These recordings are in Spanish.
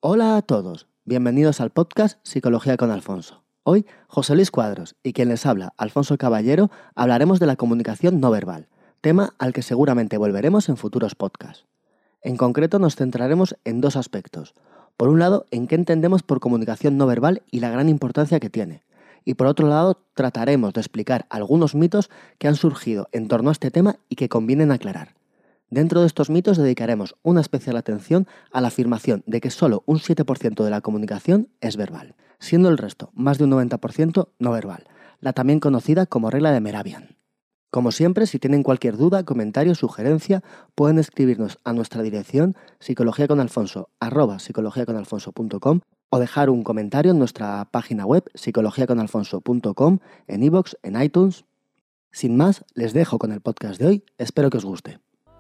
Hola a todos, bienvenidos al podcast Psicología con Alfonso. Hoy, José Luis Cuadros y quien les habla, Alfonso Caballero, hablaremos de la comunicación no verbal, tema al que seguramente volveremos en futuros podcasts. En concreto nos centraremos en dos aspectos. Por un lado, en qué entendemos por comunicación no verbal y la gran importancia que tiene. Y por otro lado, trataremos de explicar algunos mitos que han surgido en torno a este tema y que convienen aclarar. Dentro de estos mitos dedicaremos una especial atención a la afirmación de que solo un 7% de la comunicación es verbal, siendo el resto, más de un 90%, no verbal, la también conocida como regla de Mehrabian. Como siempre, si tienen cualquier duda, comentario o sugerencia, pueden escribirnos a nuestra dirección psicologiaconalfonso@psicologiaconalfonso.com o dejar un comentario en nuestra página web psicologiaconalfonso.com, en iVoox, en iTunes. Sin más, les dejo con el podcast de hoy, espero que os guste.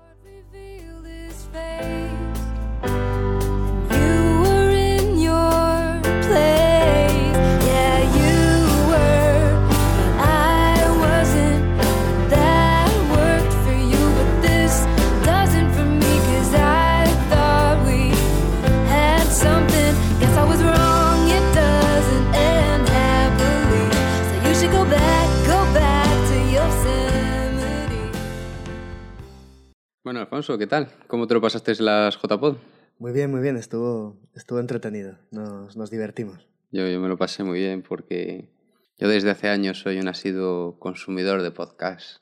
Bueno, Alfonso, ¿qué tal? ¿Cómo te lo pasaste en las JPod? Muy bien, estuvo entretenido, nos divertimos. Yo me lo pasé muy bien porque yo desde hace años soy un asiduo consumidor de podcasts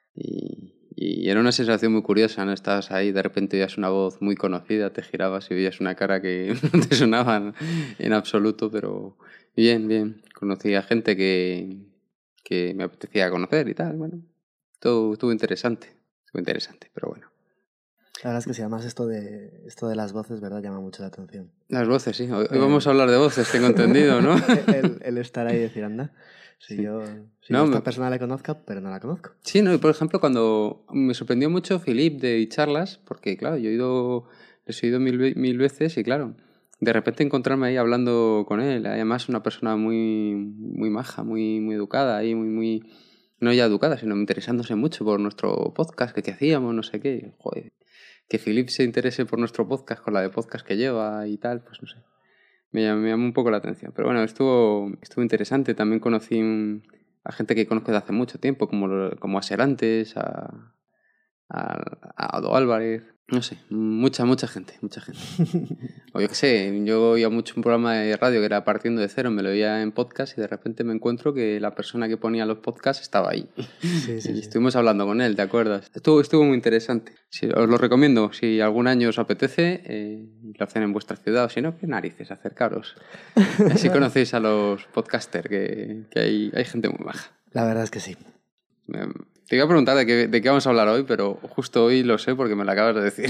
y era una sensación muy curiosa, ¿no? Estabas ahí, de repente oías una voz muy conocida, te girabas y veías una cara que no te sonaba en absoluto, pero bien. Conocí a gente que me apetecía conocer y tal, bueno, todo estuvo interesante, pero bueno. La verdad es que sí, además esto de las voces, ¿verdad? Llama mucho la atención. Las voces, sí. Hoy vamos a hablar de voces, tengo entendido, ¿no? el estar ahí y decir, anda, Sí. yo a esta persona la conozco, pero no la conozco. Sí, no, y por ejemplo, cuando me sorprendió mucho Philip de charlas, porque claro, yo les he oído mil veces y claro, de repente encontrarme ahí hablando con él, además una persona muy maja, muy educada, ahí muy no ya educada, sino interesándose mucho por nuestro podcast, que hacíamos, no sé qué, joder. Que Philip se interese por nuestro podcast con la de podcast que lleva y tal, pues no sé. Me llamó un poco la atención. Pero bueno, estuvo interesante. También conocí a gente que conozco desde hace mucho tiempo, como a Serantes, a Odo Álvarez. No sé, mucha gente. O yo qué sé, yo oía mucho un programa de radio que era Partiendo de Cero, me lo oía en podcast y de repente me encuentro que la persona que ponía los podcasts estaba ahí. Sí. Estuvimos hablando con él, ¿te acuerdas? Estuvo muy interesante. Sí, os lo recomiendo, si algún año os apetece, lo hacen en vuestra ciudad, o si no, qué narices, acercaros. Así conocéis a los podcasters, que hay gente muy baja. La verdad es que sí. Te iba a preguntar de qué vamos a hablar hoy, pero justo hoy lo sé porque me lo acabas de decir.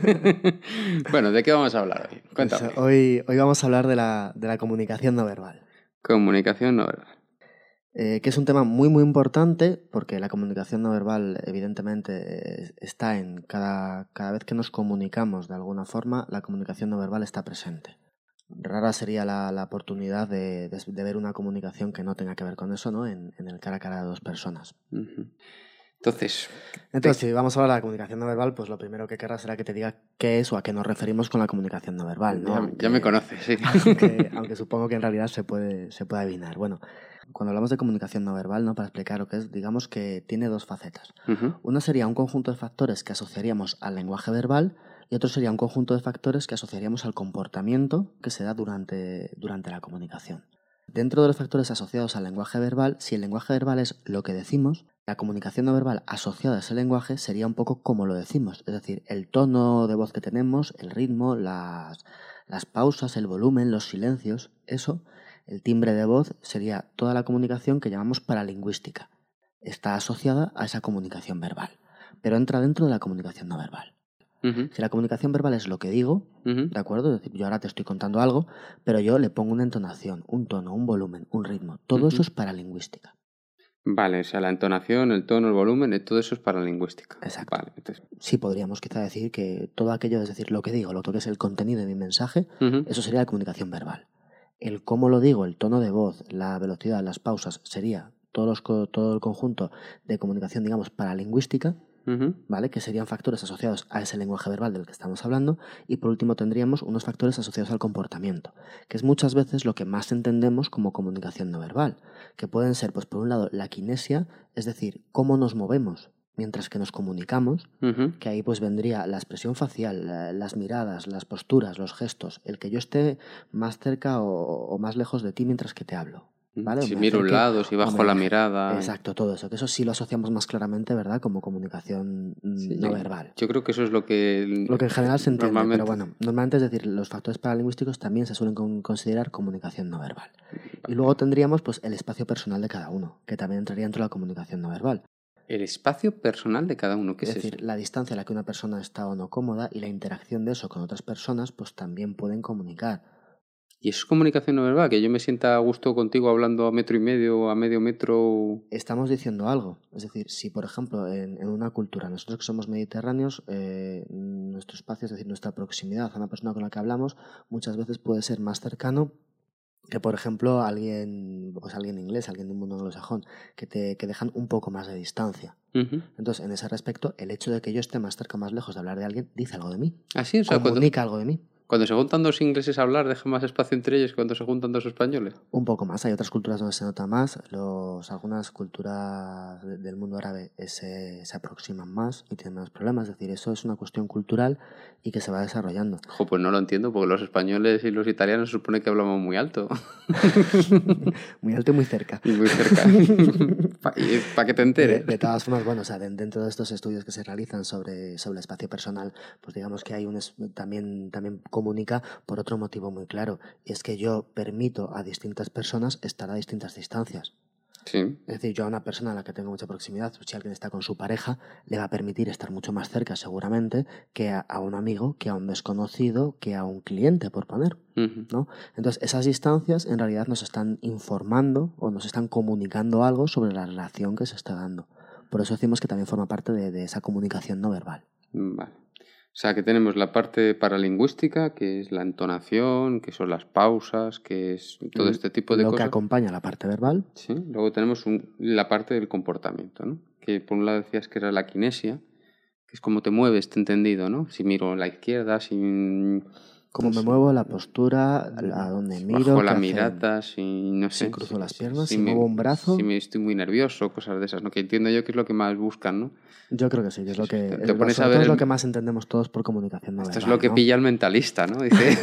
Bueno, ¿de qué vamos a hablar hoy? Cuéntame. Pues hoy vamos a hablar de la comunicación no verbal. Comunicación no verbal. Que es un tema muy importante porque la comunicación no verbal evidentemente está en cada vez que nos comunicamos de alguna forma, la comunicación no verbal está presente. Rara sería la oportunidad de ver una comunicación que no tenga que ver con eso, ¿no? En el cara a cara de dos personas. Uh-huh. Entonces, si vamos a hablar de la comunicación no verbal, pues lo primero que querrá será que te diga qué es o a qué nos referimos con la comunicación no verbal, ¿no? Ya me conoces, sí. Aunque supongo que en realidad se puede adivinar. Bueno, cuando hablamos de comunicación no verbal, ¿no? Para explicar lo que es, digamos que tiene dos facetas. Uh-huh. Una sería un conjunto de factores que asociaríamos al lenguaje verbal y otro sería un conjunto de factores que asociaríamos al comportamiento que se da durante la comunicación. Dentro de los factores asociados al lenguaje verbal, si el lenguaje verbal es lo que decimos, la comunicación no verbal asociada a ese lenguaje sería un poco como lo decimos, es decir, el tono de voz que tenemos, el ritmo, las pausas, el volumen, los silencios, eso, el timbre de voz sería toda la comunicación que llamamos paralingüística. Está asociada a esa comunicación verbal, pero entra dentro de la comunicación no verbal. Uh-huh. Si la comunicación verbal es lo que digo, uh-huh, ¿de acuerdo? Es decir, yo ahora te estoy contando algo, pero yo le pongo una entonación, un tono, un volumen, un ritmo. Todo eso es paralingüística. Vale, o sea, la entonación, el tono, el volumen, todo eso es paralingüística. Exacto. Vale, entonces... Sí, podríamos quizá decir que todo aquello, es decir, lo que digo, lo que es el contenido de mi mensaje, uh-huh, eso sería la comunicación verbal. El cómo lo digo, el tono de voz, la velocidad, las pausas, sería todo el conjunto de comunicación, digamos, paralingüística. ¿vale? Que serían factores asociados a ese lenguaje verbal del que estamos hablando. Y por último tendríamos unos factores asociados al comportamiento, que es muchas veces lo que más entendemos como comunicación no verbal, que pueden ser, pues por un lado, la kinesia, es decir, cómo nos movemos mientras que nos comunicamos, que ahí pues vendría la expresión facial, las miradas, las posturas, los gestos, el que yo esté más cerca o más lejos de ti mientras que te hablo. ¿Vale? Si miro a un lado, si bajo la mirada. Exacto, todo eso. Que eso sí lo asociamos más claramente, ¿verdad? Como comunicación no verbal. Yo creo que eso es lo que en general se entiende, pero bueno, normalmente es decir, los factores paralingüísticos también se suelen considerar comunicación no verbal. Y luego tendríamos pues el espacio personal de cada uno, que también entraría dentro de la comunicación no verbal. El espacio personal de cada uno, ¿qué es decir, eso? La distancia a la que una persona está o no cómoda y la interacción de eso con otras personas, pues también pueden comunicar. ¿Y eso es comunicación no verbal? Que yo me sienta a gusto contigo hablando a 1,5 metros o a medio metro. Estamos diciendo algo. Es decir, si por ejemplo en una cultura, nosotros que somos mediterráneos, nuestro espacio, es decir, nuestra proximidad a una persona con la que hablamos, muchas veces puede ser más cercano que, por ejemplo, alguien inglés, alguien de un mundo anglosajón, que dejan un poco más de distancia. Entonces, en ese respecto, el hecho de que yo esté más cerca o más lejos de hablar de alguien dice algo de mí. ¿Así? O sea, comunica algo de mí. Cuando se juntan dos ingleses a hablar, ¿deja más espacio entre ellos que cuando se juntan dos españoles? Un poco más. Hay otras culturas donde se nota más. Algunas culturas del mundo árabe se aproximan más y tienen menos problemas. Es decir, eso es una cuestión cultural y que se va desarrollando. Pues no lo entiendo, porque los españoles y los italianos se supone que hablamos muy alto. Muy alto y muy cerca. Y muy cerca. Para que te enteres. De todas formas, bueno, o sea, dentro de estos estudios que se realizan sobre el espacio personal, pues digamos que hay también comunica por otro motivo muy claro, y es que yo permito a distintas personas estar a distintas distancias. Sí. Es decir, yo a una persona a la que tengo mucha proximidad, si alguien está con su pareja, le va a permitir estar mucho más cerca seguramente que a un amigo, que a un desconocido, que a un cliente, por poner, ¿no? Entonces, esas distancias en realidad nos están informando o nos están comunicando algo sobre la relación que se está dando. Por eso decimos que también forma parte de esa comunicación no verbal. Vale. O sea, que tenemos la parte paralingüística, que es la entonación, que son las pausas, que es todo este tipo de cosas. Lo que acompaña la parte verbal. Sí, luego tenemos la parte del comportamiento, ¿no? Que por un lado decías que era la kinesia, que es cómo te mueves, te he entendido, ¿no? Si miro a la izquierda, cómo me muevo, la postura, a dónde miro. Bajo la mirada, si cruzo las piernas, si muevo un brazo. Si me estoy muy nervioso, cosas de esas, ¿no? Que entiendo yo que es lo que más buscan, ¿no? Yo creo que sí, es lo que te pones a ver es lo que más entendemos todos por comunicación no verbal. Esto es lo que pilla el mentalista, ¿no? Dice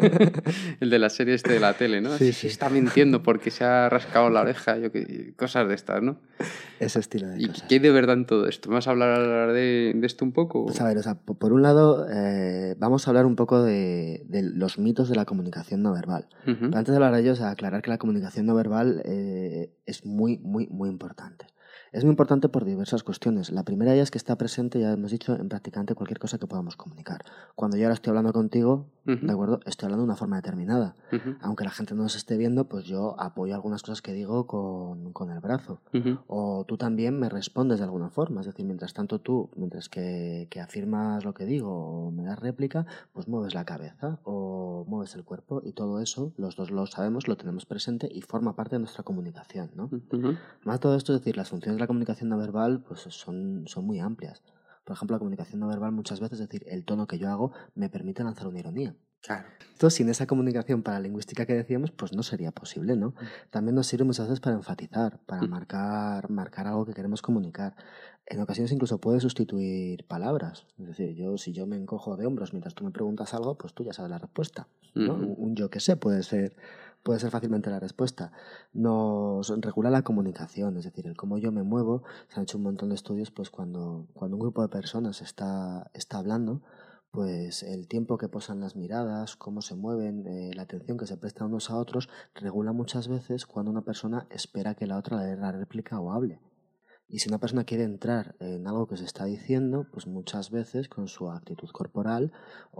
el de la serie de la tele, ¿no? Sí. Está mintiendo porque se ha rascado la oreja, cosas de estas, ¿no? Ese estilo de cosas. ¿Y qué hay de verdad en todo esto? ¿Me vas a hablar de esto un poco? Pues a ver, por un lado, vamos a hablar un poco de los mitos de la comunicación no verbal. Pero antes de hablar de ellos, aclarar que la comunicación no verbal es muy, muy, muy importante. Es muy importante por diversas cuestiones. La primera de ellas es que está presente, ya hemos dicho, en prácticamente cualquier cosa que podamos comunicar. Cuando yo ahora estoy hablando contigo, ¿de acuerdo? Estoy hablando de una forma determinada. Aunque la gente no nos esté viendo, pues yo apoyo algunas cosas que digo con el brazo. O tú también me respondes de alguna forma. Es decir, mientras tanto tú, mientras que afirmas lo que digo o me das réplica, pues mueves la cabeza o mueves el cuerpo, y todo eso, los dos lo sabemos, lo tenemos presente y forma parte de nuestra comunicación, ¿no? Más todo esto, es decir, las funciones de la comunicación no verbal pues son muy amplias. Por ejemplo, la comunicación no verbal muchas veces, es decir, el tono que yo hago me permite lanzar una ironía. Claro. Esto sin esa comunicación paralingüística que decíamos, pues no sería posible, ¿no? También nos sirve muchas veces para enfatizar, para marcar algo que queremos comunicar. En ocasiones incluso puede sustituir palabras. Es decir, si yo me encojo de hombros mientras tú me preguntas algo, pues tú ya sabes la respuesta, ¿no? Un yo que sé puede ser fácilmente la respuesta. Nos regula la comunicación, es decir, el cómo yo me muevo. Se han hecho un montón de estudios, pues cuando un grupo de personas está hablando, pues el tiempo que posan las miradas, cómo se mueven, la atención que se prestan unos a otros, regula muchas veces cuando una persona espera que la otra le dé la réplica o hable. Y si una persona quiere entrar en algo que se está diciendo, pues muchas veces con su actitud corporal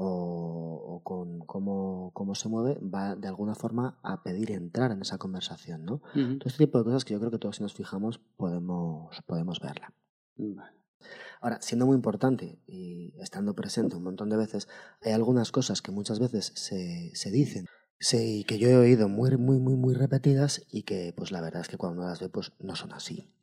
o con cómo se mueve, va de alguna forma a pedir entrar en esa conversación, ¿no? Todo este tipo de cosas que yo creo que todos, si nos fijamos, podemos verla. Vale. Ahora, siendo muy importante y estando presente un montón de veces, hay algunas cosas que muchas veces se dicen y que yo he oído muy, muy, muy, muy repetidas y que pues la verdad es que cuando las ve pues no son así.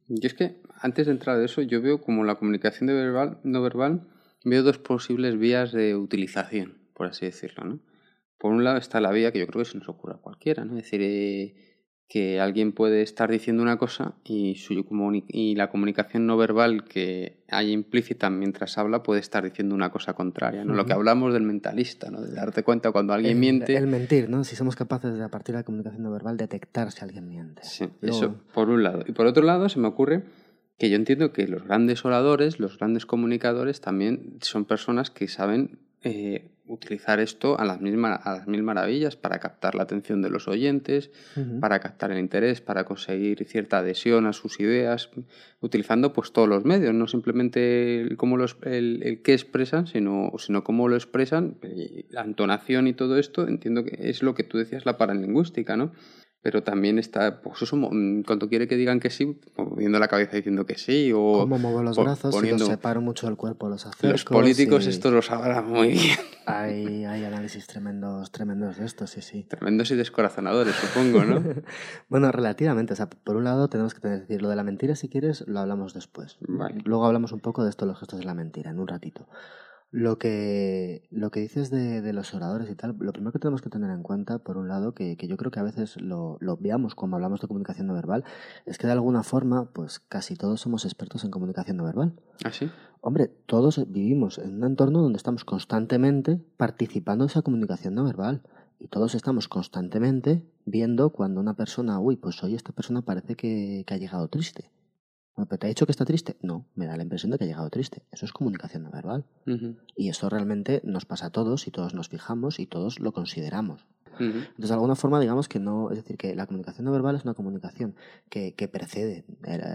Y es que antes de entrar de eso, yo veo como la comunicación no verbal, veo dos posibles vías de utilización, por así decirlo, ¿no? Por un lado está la vía que yo creo que se nos ocurre a cualquiera, ¿no? Es decir, que alguien puede estar diciendo una cosa y la comunicación no verbal que hay implícita mientras habla puede estar diciendo una cosa contraria, ¿no? Lo que hablamos del mentalista, ¿no? De darte cuenta cuando alguien miente. El mentir, ¿no? Si somos capaces de, a partir de la comunicación no verbal, detectar si alguien miente. Sí, eso por un lado. Y por otro lado se me ocurre que yo entiendo que los grandes oradores, los grandes comunicadores también son personas que saben utilizar esto a las mil maravillas para captar la atención de los oyentes, para captar el interés, para conseguir cierta adhesión a sus ideas, utilizando pues todos los medios, no simplemente el qué expresan, sino cómo lo expresan, la entonación y todo esto. Entiendo que es lo que tú decías, la paralingüística, ¿no? Pero también está, pues eso, cuando quiere que digan que sí, moviendo la cabeza diciendo que sí, o cómo muevo los brazos, si los separo mucho del cuerpo, los acerco. Los políticos esto lo sabrán muy bien. Hay análisis tremendos de esto, sí. Tremendos y descorazonadores, supongo, ¿no? Bueno, relativamente. O sea, por un lado tenemos que decir lo de la mentira, si quieres, lo hablamos después. Vale. Luego hablamos un poco de esto, los gestos de la mentira, en un ratito. Lo que dices de los oradores y tal, lo primero que tenemos que tener en cuenta, por un lado, que yo creo que a veces lo obviamos cuando hablamos de comunicación no verbal, es que de alguna forma, pues casi todos somos expertos en comunicación no verbal. ¿Ah, sí? Hombre, todos vivimos en un entorno donde estamos constantemente participando de esa comunicación no verbal. Y todos estamos constantemente viendo cuando una persona, pues hoy esta persona parece que ha llegado triste. Bueno, ¿pero te ha dicho que está triste? No, me da la impresión de que ha llegado triste. Eso es comunicación no verbal. Y eso realmente nos pasa a todos y todos nos fijamos y todos lo consideramos. Entonces, de alguna forma, digamos que no, es decir, que la comunicación no verbal es una comunicación que precede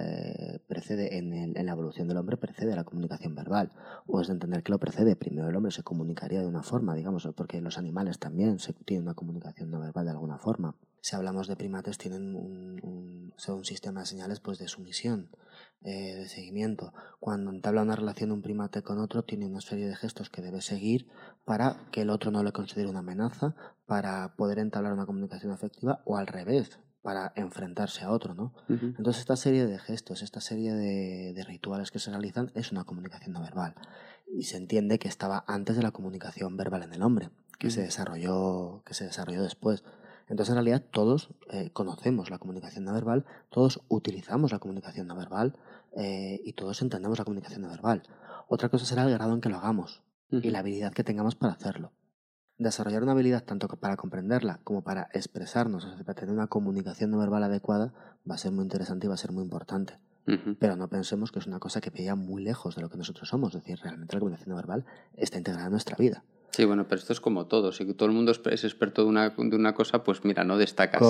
en la evolución del hombre, precede a la comunicación verbal. O es de entender que lo precede. Primero el hombre se comunicaría de una forma, digamos, porque los animales también tienen una comunicación no verbal de alguna forma. Si hablamos de primates, tienen un sistema de señales pues de sumisión, de seguimiento. Cuando entabla una relación un primate con otro, tiene una serie de gestos que debe seguir para que el otro no le considere una amenaza, para poder entablar una comunicación afectiva, o al revés, para enfrentarse a otro, ¿no? Entonces esta serie de gestos, esta serie de rituales que se realizan es una comunicación no verbal. Y se entiende que estaba antes de la comunicación verbal en el hombre, que se desarrolló después. Entonces, en realidad, todos conocemos la comunicación no verbal, todos utilizamos la comunicación no verbal y todos entendemos la comunicación no verbal. Otra cosa será el grado en que lo hagamos y la habilidad que tengamos para hacerlo. Desarrollar una habilidad tanto para comprenderla como para expresarnos, o sea, para tener una comunicación no verbal adecuada, va a ser muy interesante y va a ser muy importante. Pero no pensemos que es una cosa que pilla muy lejos de lo que nosotros somos. Es decir, realmente la comunicación no verbal está integrada en nuestra vida. Sí, bueno, pero esto es como todo. Si todo el mundo es experto de una cosa, pues mira, no destacas.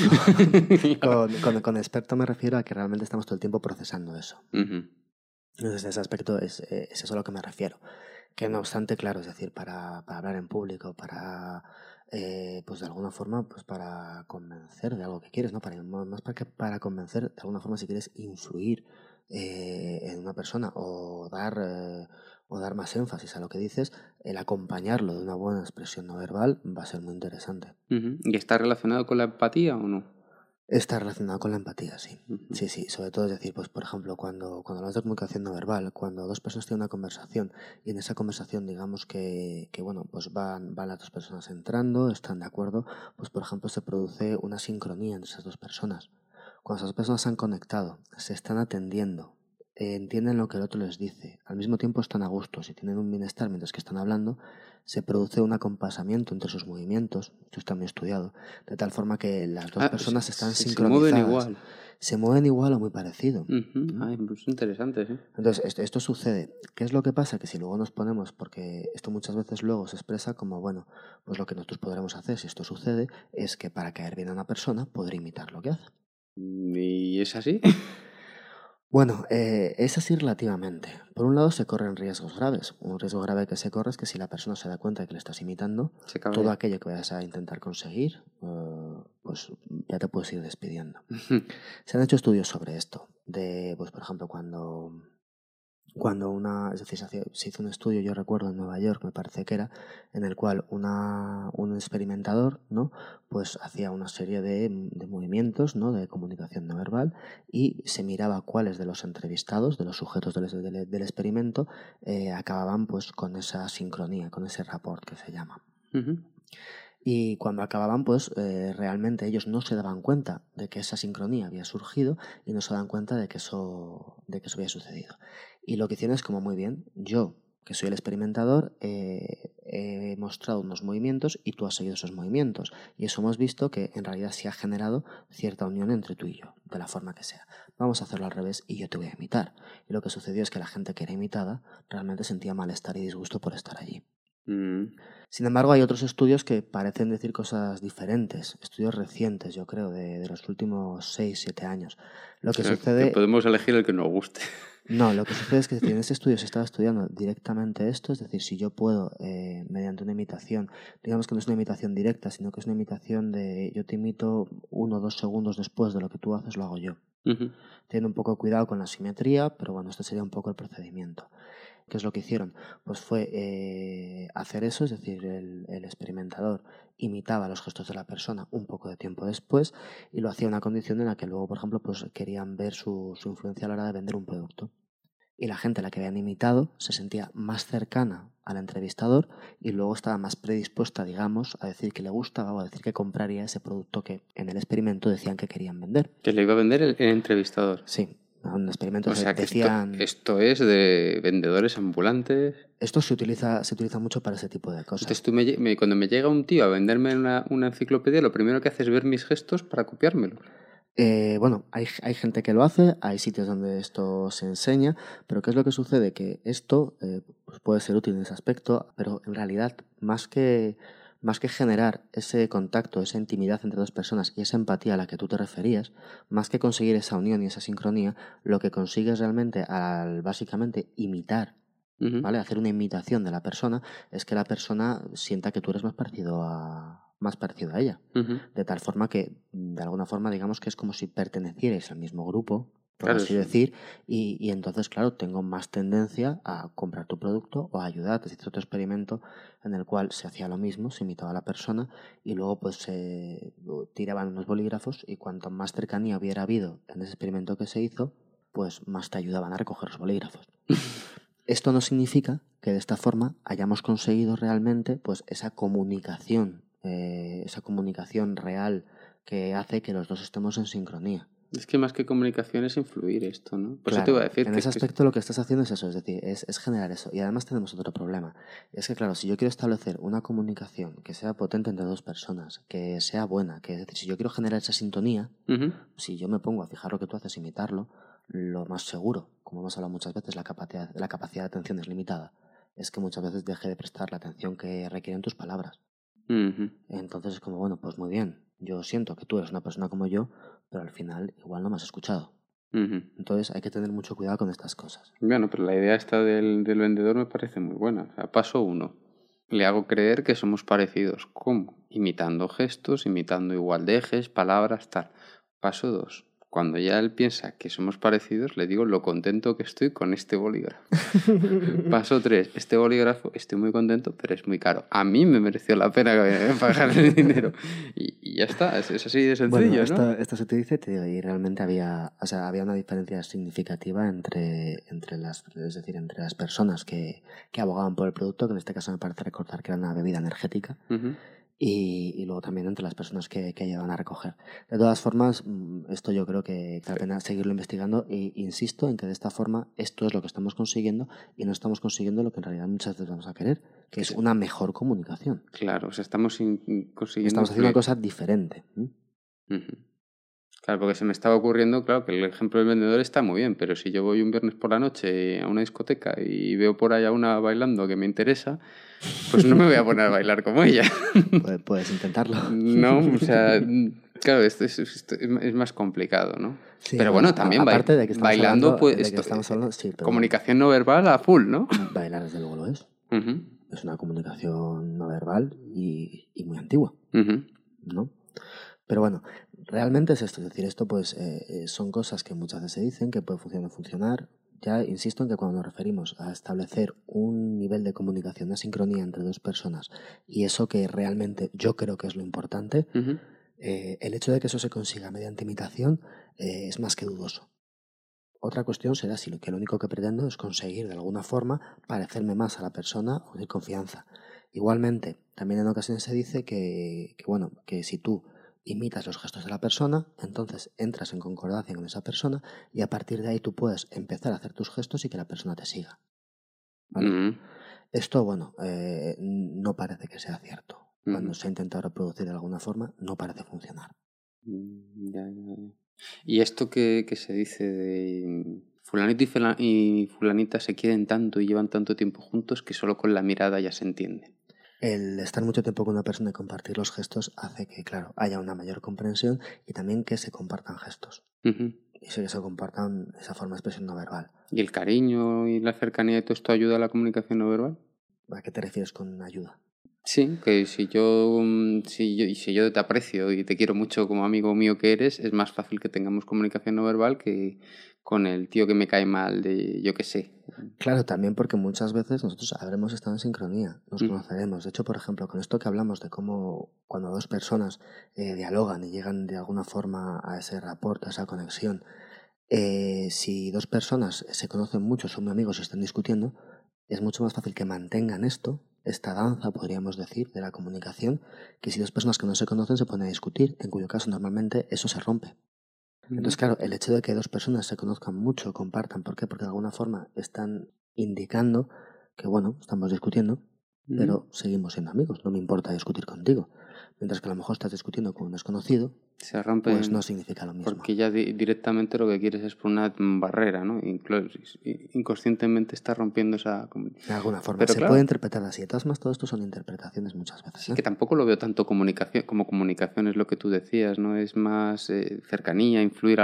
Con experto me refiero a que realmente estamos todo el tiempo procesando eso. Entonces, ese aspecto es eso a lo que me refiero. Que no obstante, claro, es decir, para hablar en público, para pues de alguna forma, pues para convencer de algo que quieres, ¿no? Más para convencer, de alguna forma, si quieres influir en una persona o dar más énfasis a lo que dices, el acompañarlo de una buena expresión no verbal va a ser muy interesante. ¿Y está relacionado con la empatía o no? Está relacionado con la empatía, sí. Sí, sobre todo es decir, pues por ejemplo, cuando hablas de comunicación no verbal, cuando dos personas tienen una conversación y en esa conversación digamos que bueno, pues van las dos personas entrando, están de acuerdo, pues por ejemplo se produce una sincronía entre esas dos personas. Cuando esas personas se han conectado, se están atendiendo, entienden lo que el otro les dice, al mismo tiempo están a gusto, si tienen un bienestar mientras que están hablando, se produce un acompasamiento entre sus movimientos, esto está muy estudiado, de tal forma que las dos personas están sincronizadas. Se mueven igual. Se mueven igual o muy parecido. Pues interesante, sí. Entonces, esto sucede. ¿Qué es lo que pasa? Que si luego nos ponemos, porque esto muchas veces luego se expresa como, bueno, pues lo que nosotros podremos hacer si esto sucede es que para caer bien a una persona, poder imitar lo que hace. ¿Y es así? Bueno, es así relativamente. Por un lado se corren riesgos graves. Un riesgo grave que se corre es que si la persona se da cuenta de que le estás imitando, todo aquello que vayas a intentar conseguir, pues ya te puedes ir despidiendo. Se han hecho estudios sobre esto. Pues por ejemplo, cuando es decir, se hizo un estudio, yo recuerdo, en Nueva York, me parece que era, en el cual un experimentador, ¿no? Pues hacía una serie de movimientos, ¿no? De comunicación no verbal, y se miraba cuáles de los entrevistados, de los sujetos del experimento, acababan pues con esa sincronía, con ese rapport que se llama. Uh-huh. Y cuando acababan, pues realmente ellos no se daban cuenta de que esa sincronía había surgido y no se daban cuenta de que eso había sucedido. Y lo que hicieron es como, muy bien, yo, que soy el experimentador, he mostrado unos movimientos y tú has seguido esos movimientos. Y eso hemos visto que en realidad sí ha generado cierta unión entre tú y yo, de la forma que sea. Vamos a hacerlo al revés y yo te voy a imitar. Y lo que sucedió es que la gente que era imitada realmente sentía malestar y disgusto por estar allí. Sin embargo, hay otros estudios que parecen decir cosas diferentes, estudios recientes, yo creo, de los últimos 6-7 años. Lo que sucede... Que podemos elegir el que nos guste. No, lo que sucede es que en este estudio se estaba estudiando directamente esto, es decir, si yo puedo, mediante una imitación, digamos que no es una imitación directa, sino que es una imitación de yo te imito 1 o 2 segundos después de lo que tú haces, lo hago yo. Uh-huh. Teniendo un poco de cuidado con la simetría, pero bueno, este sería un poco el procedimiento. ¿Qué es lo que hicieron? Pues fue hacer eso, es decir, el experimentador imitaba los gestos de la persona un poco de tiempo después y lo hacía en una condición en la que luego, por ejemplo, pues querían ver su influencia a la hora de vender un producto. Y la gente a la que habían imitado se sentía más cercana al entrevistador y luego estaba más predispuesta, digamos, a decir que le gustaba o a decir que compraría ese producto que en el experimento decían que querían vender. Que le iba a vender el entrevistador. Sí. Un experimento, o sea, que decían... esto es de vendedores ambulantes. Esto se utiliza mucho para ese tipo de cosas. Entonces cuando me llega un tío a venderme una enciclopedia, lo primero que hace es ver mis gestos para copiármelo. Bueno, hay gente que lo hace, hay sitios donde esto se enseña, pero ¿qué es lo que sucede? Que esto pues puede ser útil en ese aspecto, pero en realidad más que generar ese contacto, esa intimidad entre dos personas y esa empatía a la que tú te referías, más que conseguir esa unión y esa sincronía, lo que consigues realmente al básicamente imitar, Uh-huh. ¿vale? Hacer una imitación de la persona, es que la persona sienta que tú eres más parecido a ella. Uh-huh. De tal forma que, de alguna forma, digamos que es como si pertenecierais al mismo grupo, por Claro, así decir, y entonces, claro, tengo más tendencia a comprar tu producto o a ayudarte. Se hizo otro experimento en el cual se hacía lo mismo, se imitaba a la persona y luego pues se tiraban unos bolígrafos y cuanto más cercanía hubiera habido en ese experimento que se hizo, pues más te ayudaban a recoger los bolígrafos. Esto no significa que de esta forma hayamos conseguido realmente pues esa comunicación real que hace que los dos estemos en sincronía. Es que más que comunicación es influir esto, ¿no? Por Claro, eso te iba a decir en ese aspecto lo que estás haciendo es eso, es decir, es generar eso. Y además tenemos otro problema. Es que, claro, si yo quiero establecer una comunicación que sea potente entre dos personas, que sea buena, que es decir, si yo quiero generar esa sintonía, uh-huh. si yo me pongo a fijar lo que tú haces, imitarlo, lo más seguro, como hemos hablado muchas veces, la capacidad de atención es limitada. Es que muchas veces deje de prestar la atención que requieren tus palabras. Uh-huh. Entonces es como, bueno, pues muy bien, yo siento que tú eres una persona como yo, pero al final igual no me has escuchado. Uh-huh. Entonces hay que tener mucho cuidado con estas cosas. Bueno, pero la idea esta del vendedor me parece muy buena. O sea, paso 1. Le hago creer que somos parecidos. ¿Cómo? Imitando gestos, imitando igual de ejes, palabras, tal. Paso 2. Cuando ya él piensa que somos parecidos, le digo lo contento que estoy con este bolígrafo. Paso 3. Este bolígrafo, estoy muy contento, pero es muy caro. A mí me mereció la pena pagar el dinero. Y ya está, es así de sencillo, bueno, ¿no? esto se te dice, te digo, y realmente había una diferencia significativa entre las personas que abogaban por el producto, que en este caso me parece recordar que era una bebida energética, Uh-huh. y luego también entre las personas que llevan a recoger. De todas formas, esto yo creo que vale la pena seguirlo investigando e insisto en que de esta forma esto es lo que estamos consiguiendo y no estamos consiguiendo lo que en realidad muchas veces vamos a querer, que es una mejor comunicación. Claro, o sea, estamos consiguiendo... Estamos haciendo una cosa diferente. Uh-huh. Claro, porque se me estaba ocurriendo, claro, que el ejemplo del vendedor está muy bien, pero si yo voy un viernes por la noche a una discoteca y veo por ahí a una bailando que me interesa, pues no me voy a poner a bailar como ella. Puedes intentarlo. No, o sea, claro, esto es más complicado, ¿no? Sí, pero bueno, también aparte de que estamos bailando, hablando, pues, de que estamos hablando, sí, pero comunicación no verbal a full, ¿no? Bailar desde luego lo es. Uh-huh. Es una comunicación no verbal y muy antigua, Uh-huh. ¿no? Pero bueno, realmente es esto, es decir, esto pues son cosas que muchas veces se dicen que puede funcionar, ya insisto en que cuando nos referimos a establecer un nivel de comunicación, una sincronía entre dos personas, y eso que realmente yo creo que es lo importante, el hecho de que eso se consiga mediante imitación es más que dudoso. Otra cuestión será si lo único que pretendo es conseguir de alguna forma parecerme más a la persona o de confianza. Igualmente, también en ocasiones se dice que si tú imitas los gestos de la persona, entonces entras en concordancia con esa persona y a partir de ahí tú puedes empezar a hacer tus gestos y que la persona te siga. ¿Vale? Esto, no parece que sea cierto. Cuando se ha intentado reproducir de alguna forma, no parece funcionar. Ya. ¿Y esto que se dice de fulanito y fulanita se quieren tanto y llevan tanto tiempo juntos que solo con la mirada ya se entiende? El estar mucho tiempo con una persona y compartir los gestos hace que, claro, haya una mayor comprensión y también que se compartan gestos. Y que se compartan esa forma de expresión no verbal. ¿Y el cariño y la cercanía de todo esto ayuda a la comunicación no verbal? ¿A qué te refieres con ayuda? Sí, que si yo te aprecio y te quiero mucho como amigo mío que eres, es más fácil que tengamos comunicación no verbal que con el tío que me cae mal de yo qué sé. Claro, también porque muchas veces nosotros habremos estado en sincronía, nos conoceremos. De hecho, por ejemplo, con esto que hablamos de cómo cuando dos personas dialogan y llegan de alguna forma a ese rapport, a esa conexión, si dos personas se conocen mucho, son muy amigos y están discutiendo, es mucho más fácil que mantengan esta danza, podríamos decir, de la comunicación, que si dos personas que no se conocen se ponen a discutir, en cuyo caso normalmente eso se rompe. Entonces, claro, el hecho de que dos personas se conozcan mucho, compartan, ¿por qué? Porque de alguna forma están indicando que, estamos discutiendo, pero seguimos siendo amigos, no me importa discutir contigo. Mientras que a lo mejor estás discutiendo con un desconocido, se rompe, pues no significa lo mismo. Porque ya directamente lo que quieres es por una barrera, ¿no? Inconscientemente estás rompiendo esa comunicación. De alguna forma, pero se puede interpretar así. De todas mamas, todo esto son interpretaciones muchas veces. Sí, que tampoco lo veo tanto como comunicación, es lo que tú decías, ¿no? Es más cercanía, influir en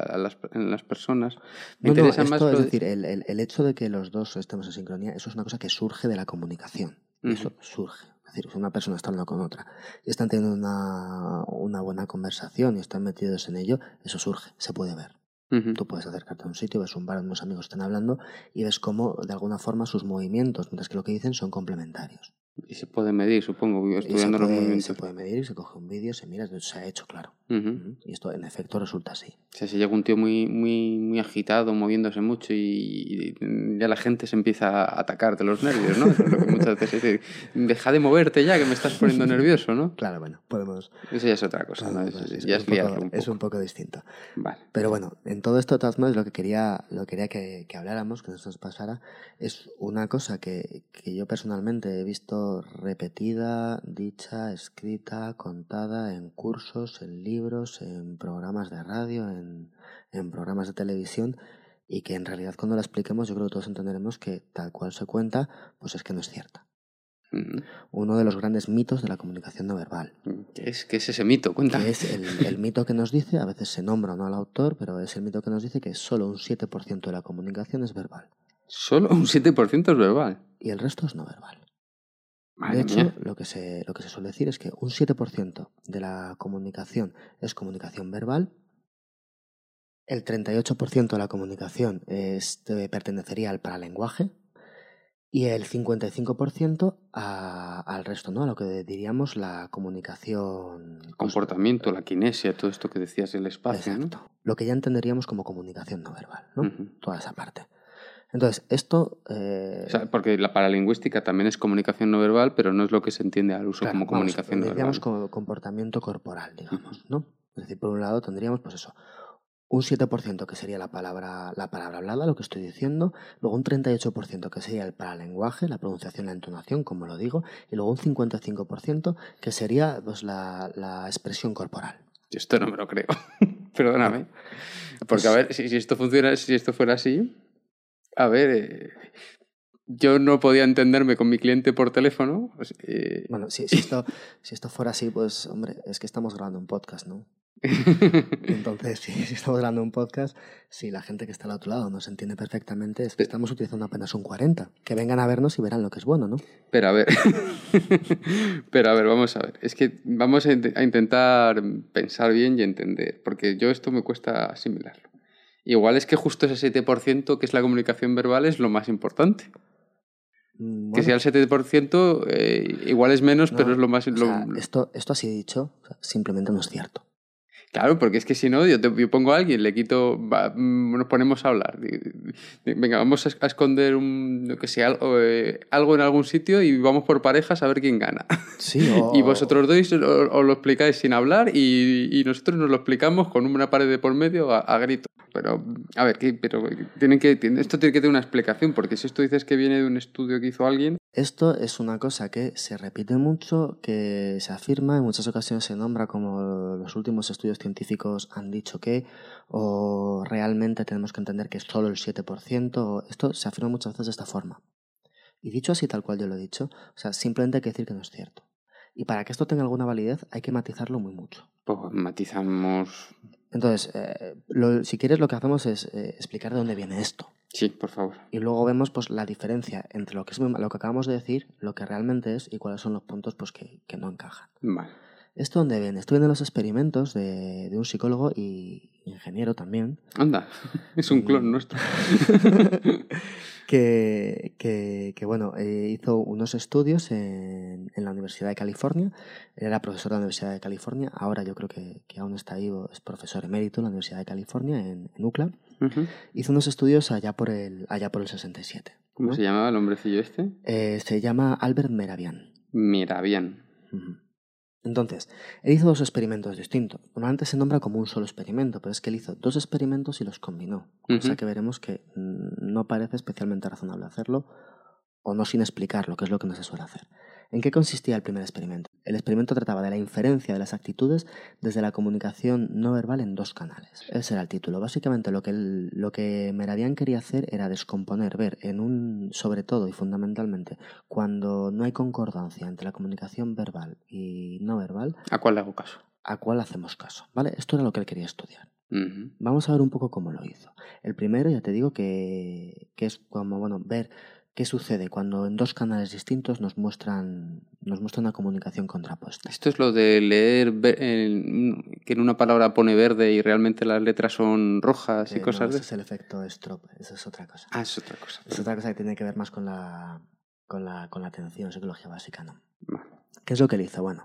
las personas. Me interesa más es decir, el hecho de que los dos estemos en sincronía, eso es una cosa que surge de la comunicación. Eso surge. Es decir, si una persona está hablando con otra y están teniendo una buena conversación y están metidos en ello, eso surge, se puede ver. Tú puedes acercarte a un sitio, ves un bar donde unos amigos están hablando y ves cómo, de alguna forma, sus movimientos, mientras que lo que dicen, son complementarios. Y se puede medir, supongo, estudiando los movimientos. Se puede medir, se coge un vídeo, se mira, se ha hecho, claro. Y esto, en efecto, resulta así. O sea, si llega un tío muy agitado, moviéndose mucho y ya la gente se empieza a atacar de los nervios, ¿no? Eso es lo que muchas veces dice, deja de moverte ya, que me estás poniendo nervioso, ¿no? Claro, podemos... Eso ya es otra cosa, ¿no? Eso ya es liarlo un poco. Es un poco distinto. Vale. Pero bueno, en todo esto, de todas maneras, lo que quería que habláramos, que nos pasara, es una cosa que yo personalmente he visto repetida, dicha, escrita, contada en cursos, en libros, en programas de radio, en programas de televisión, y que en realidad cuando la expliquemos yo creo que todos entenderemos que tal cual se cuenta, pues es que no es cierta. Uno de los grandes mitos de la comunicación no verbal. ¿Qué es ese mito? Cuéntame. Que es el mito que nos dice, a veces se nombra o no al autor, pero es el mito que nos dice que solo un 7% de la comunicación es verbal. ¿Solo un 7% es verbal? Y el resto es no verbal. Madre de hecho, mía. lo que se suele decir es que un 7% de la comunicación es comunicación verbal, el 38% de la comunicación pertenecería al paralenguaje y el 55% al resto, ¿no? A lo que diríamos la comunicación... Comportamiento, la kinesia, todo esto que decías del espacio, exacto, ¿no? Lo que ya entenderíamos como comunicación no verbal, ¿no? Toda esa parte. Entonces, esto... O sea, porque la paralingüística también es comunicación no verbal, pero no es lo que se entiende al uso como comunicación no verbal. Diríamos como comportamiento corporal, digamos, ¿no? Es decir, por un lado tendríamos, pues eso, un 7% que sería la palabra hablada, lo que estoy diciendo, luego un 38% que sería el paralenguaje, la pronunciación, la entonación, como lo digo, y luego un 55% que sería pues, la expresión corporal. Yo esto no me lo creo. Perdóname. Porque, a ver, si esto fuera así, a ver, yo no podía entenderme con mi cliente por teléfono. Pues, bueno, si esto fuera así, pues, hombre, es que estamos grabando un podcast, ¿no? Entonces, si estamos grabando un podcast, si la gente que está al otro lado nos entiende perfectamente, es que estamos utilizando apenas un 40. Que vengan a vernos y verán lo que es bueno, ¿no? Pero a ver, vamos a ver. Es que vamos a intentar pensar bien y entender, porque yo esto me cuesta asimilarlo. Igual es que justo ese 7% que es la comunicación verbal es lo más importante. Bueno, que sea el 7%, igual es menos, no, pero es lo más... o sea, esto así dicho, o sea, simplemente no es cierto. Claro, porque es que si no, yo pongo a alguien, le quito, nos ponemos a hablar. Venga, vamos a esconder algo en algún sitio y vamos por parejas a ver quién gana. Sí, Y vosotros dos os lo explicáis sin hablar y nosotros nos lo explicamos con una pared de por medio a grito. Pero, a ver, esto tiene que tener una explicación, porque si esto dices que viene de un estudio que hizo alguien... Esto es una cosa que se repite mucho, que se afirma, en muchas ocasiones se nombra como los últimos estudios científicos han dicho que, o realmente tenemos que entender que es solo el 7%, esto se afirma muchas veces de esta forma. Y dicho así tal cual yo lo he dicho, o sea, simplemente hay que decir que no es cierto. Y para que esto tenga alguna validez hay que matizarlo muy mucho. Pues matizamos... Entonces, si quieres lo que hacemos es explicar de dónde viene esto. Sí, por favor. Y luego vemos pues la diferencia entre lo que acabamos de decir, lo que realmente es y cuáles son los puntos pues que no encajan. Vale. ¿Esto dónde viene? Esto viene de los experimentos de un psicólogo y ingeniero también. Anda, es un clon nuestro. que bueno, hizo unos estudios en la Universidad de California. Era profesor de la Universidad de California. Ahora yo creo que aún está ahí, es profesor emérito en la Universidad de California, en UCLA. Uh-huh. Hizo unos estudios allá por el 67. ¿Cómo ¿no? se llamaba el hombrecillo este? Se llama Albert Mehrabian. Mehrabian. Uh-huh. Entonces, él hizo dos experimentos distintos. Normalmente se nombra como un solo experimento, pero es que él hizo dos experimentos y los combinó. Uh-huh. O sea que veremos que no parece especialmente razonable hacerlo, o no sin explicarlo, que es lo que no se suele hacer. ¿En qué consistía el primer experimento? El experimento trataba de la inferencia de las actitudes desde la comunicación no verbal en dos canales. Ese era el título. Básicamente lo que Mehrabian quería hacer era descomponer, ver sobre todo y fundamentalmente, cuando no hay concordancia entre la comunicación verbal y no verbal. ¿A cuál le hago caso? ¿A cuál hacemos caso? ¿Vale? Esto era lo que él quería estudiar. Uh-huh. Vamos a ver un poco cómo lo hizo. El primero, ya te digo, que es como, ver qué sucede cuando en dos canales distintos nos muestran una comunicación contrapuesta. Esto es lo de leer que en una palabra pone verde y realmente las letras son rojas y cosas de... Ese es el efecto Stroop, eso es otra cosa. Ah, es otra cosa. Es otra cosa que tiene que ver más con la atención, psicología básica, ¿no? Vale. ¿Qué es lo que él hizo? Bueno,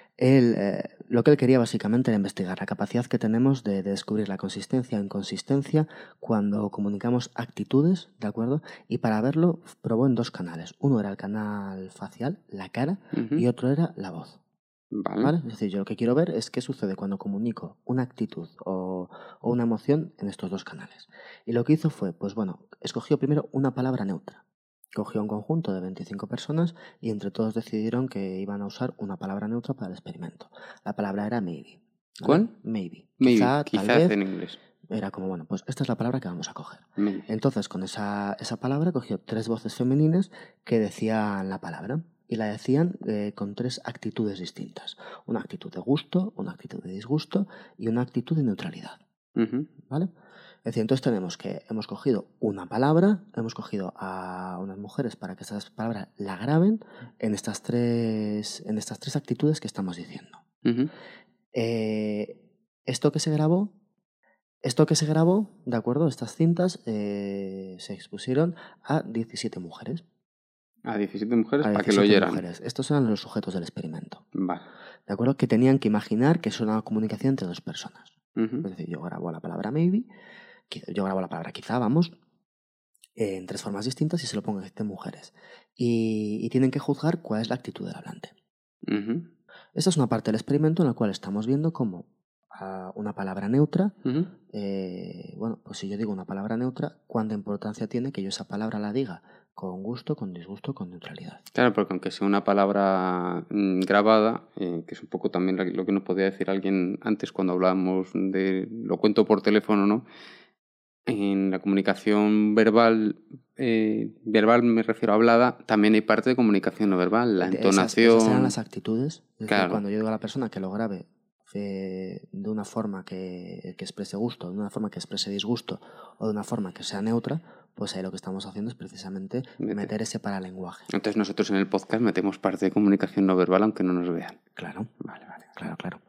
lo que él quería básicamente era investigar la capacidad que tenemos de descubrir la consistencia o inconsistencia cuando comunicamos actitudes, ¿de acuerdo? Y para verlo probó en dos canales. Uno era el canal facial, la cara, uh-huh. Y otro era la voz. Vale. Es decir, yo lo que quiero ver es qué sucede cuando comunico una actitud o una emoción en estos dos canales. Y lo que hizo fue, pues bueno, escogió primero una palabra neutra. Cogió un conjunto de 25 personas y entre todos decidieron que iban a usar una palabra neutra para el experimento. La palabra era maybe. ¿Vale? ¿Cuál? Maybe. Quizás en inglés. Era como, bueno, pues esta es la palabra que vamos a coger. Maybe. Entonces, con esa palabra cogió 3 voces femeninas que decían la palabra. Y la decían con 3 actitudes distintas. Una actitud de gusto, una actitud de disgusto y una actitud de neutralidad. Uh-huh. ¿Vale? Es decir, entonces hemos cogido una palabra, hemos cogido a unas mujeres para que esas palabras la graben en estas tres actitudes que estamos diciendo. Uh-huh. Esto que se grabó, ¿de acuerdo? Estas cintas se expusieron a 17 mujeres. A 17 mujeres para que lo oyeran. Mujeres. Estos eran los sujetos del experimento. Vale. ¿De acuerdo? Que tenían que imaginar que es una comunicación entre dos personas. Uh-huh. Es decir, yo grabo la palabra maybe, yo grabo la palabra quizá, en 3 formas distintas y se lo pongo a 17 mujeres. Y tienen que juzgar cuál es la actitud del hablante. Uh-huh. Esta es una parte del experimento en la cual estamos viendo cómo una palabra neutra, uh-huh. Bueno, pues si yo digo una palabra neutra, ¿cuánta importancia tiene que yo esa palabra la diga con gusto, con disgusto, con neutralidad? Claro, porque aunque sea una palabra grabada, que es un poco también lo que nos podía decir alguien antes cuando hablábamos lo cuento por teléfono, ¿no? En la comunicación verbal me refiero a hablada, también hay parte de comunicación no verbal, la entonación... Esas eran las actitudes. Es claro. decir, cuando yo digo a la persona que lo grabe de una forma que exprese gusto, de una forma que exprese disgusto o de una forma que sea neutra, pues ahí lo que estamos haciendo es precisamente meter ese paralenguaje. Entonces nosotros en el podcast metemos parte de comunicación no verbal aunque no nos vean. Claro. Vale. Claro.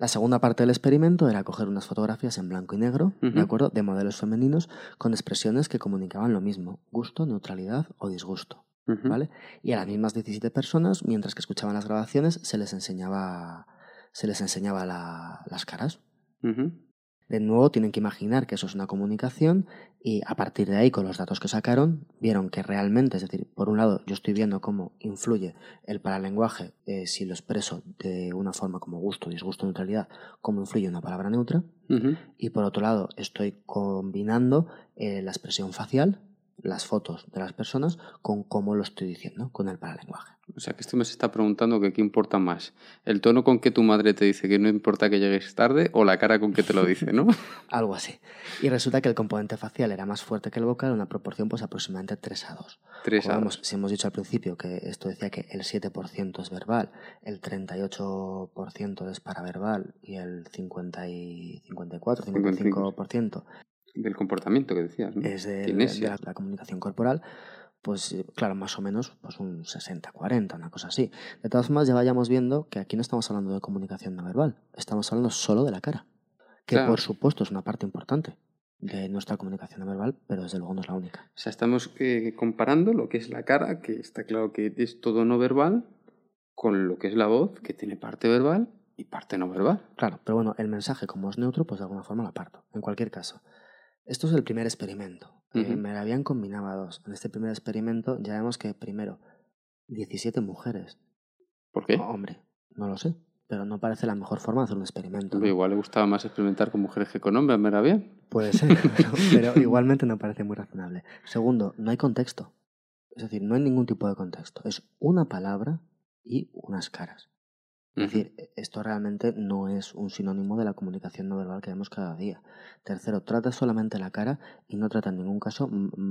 La segunda parte del experimento era coger unas fotografías en blanco y negro, ¿de acuerdo?, de modelos femeninos con expresiones que comunicaban lo mismo, gusto, neutralidad o disgusto, ¿vale? Y a las mismas 17 personas, mientras que escuchaban las grabaciones, se les enseñaba las caras. De nuevo, tienen que imaginar que eso es una comunicación y a partir de ahí, con los datos que sacaron, vieron que realmente, es decir, por un lado, yo estoy viendo cómo influye el paralenguaje, si lo expreso de una forma como gusto, disgusto, neutralidad, cómo influye una palabra neutra, y por otro lado, estoy combinando la expresión facial, las fotos de las personas, con cómo lo estoy diciendo, con el paralenguaje. O sea, que esto me se está preguntando que qué importa más. ¿El tono con que tu madre te dice que no importa que llegues tarde o la cara con que te lo dice, no? Algo así. Y resulta que el componente facial era más fuerte que el vocal en una proporción pues aproximadamente 3:2. 3:2. Si hemos dicho al principio que esto decía que el 7% es verbal, el 38% es paraverbal y el 55% del comportamiento que decías, ¿no? es de la comunicación corporal, pues claro, más o menos pues un 60-40, una cosa así. De todas formas, ya vayamos viendo que aquí no estamos hablando de comunicación no verbal, estamos hablando solo de la cara, que por supuesto es una parte importante de nuestra comunicación no verbal, pero desde luego no es la única. O sea, estamos comparando lo que es la cara, que está claro que es todo no verbal, con lo que es la voz, que tiene parte verbal y parte no verbal. Claro, pero bueno, el mensaje como es neutro, pues de alguna forma lo aparto. En cualquier caso, esto es el primer experimento. Me habían combinado dos. En este primer experimento ya vemos que primero 17 mujeres. ¿Por qué? Hombre, no lo sé, pero no parece la mejor forma de hacer un experimento, ¿no? Igual le gustaba más experimentar con mujeres que con hombres, ¿me era bien? Puede ser, pero igualmente no parece muy razonable. Segundo, no hay contexto. Es decir, no hay ningún tipo de contexto. Es una palabra y unas caras. Es decir, esto realmente no es un sinónimo de la comunicación no verbal que vemos cada día. Tercero, trata solamente la cara y no trata en ningún caso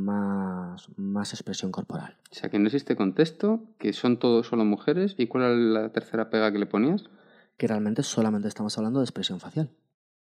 más expresión corporal. O sea, que no existe contexto, que son todos solo mujeres. ¿Y cuál era la tercera pega que le ponías? Que realmente solamente estamos hablando de expresión facial.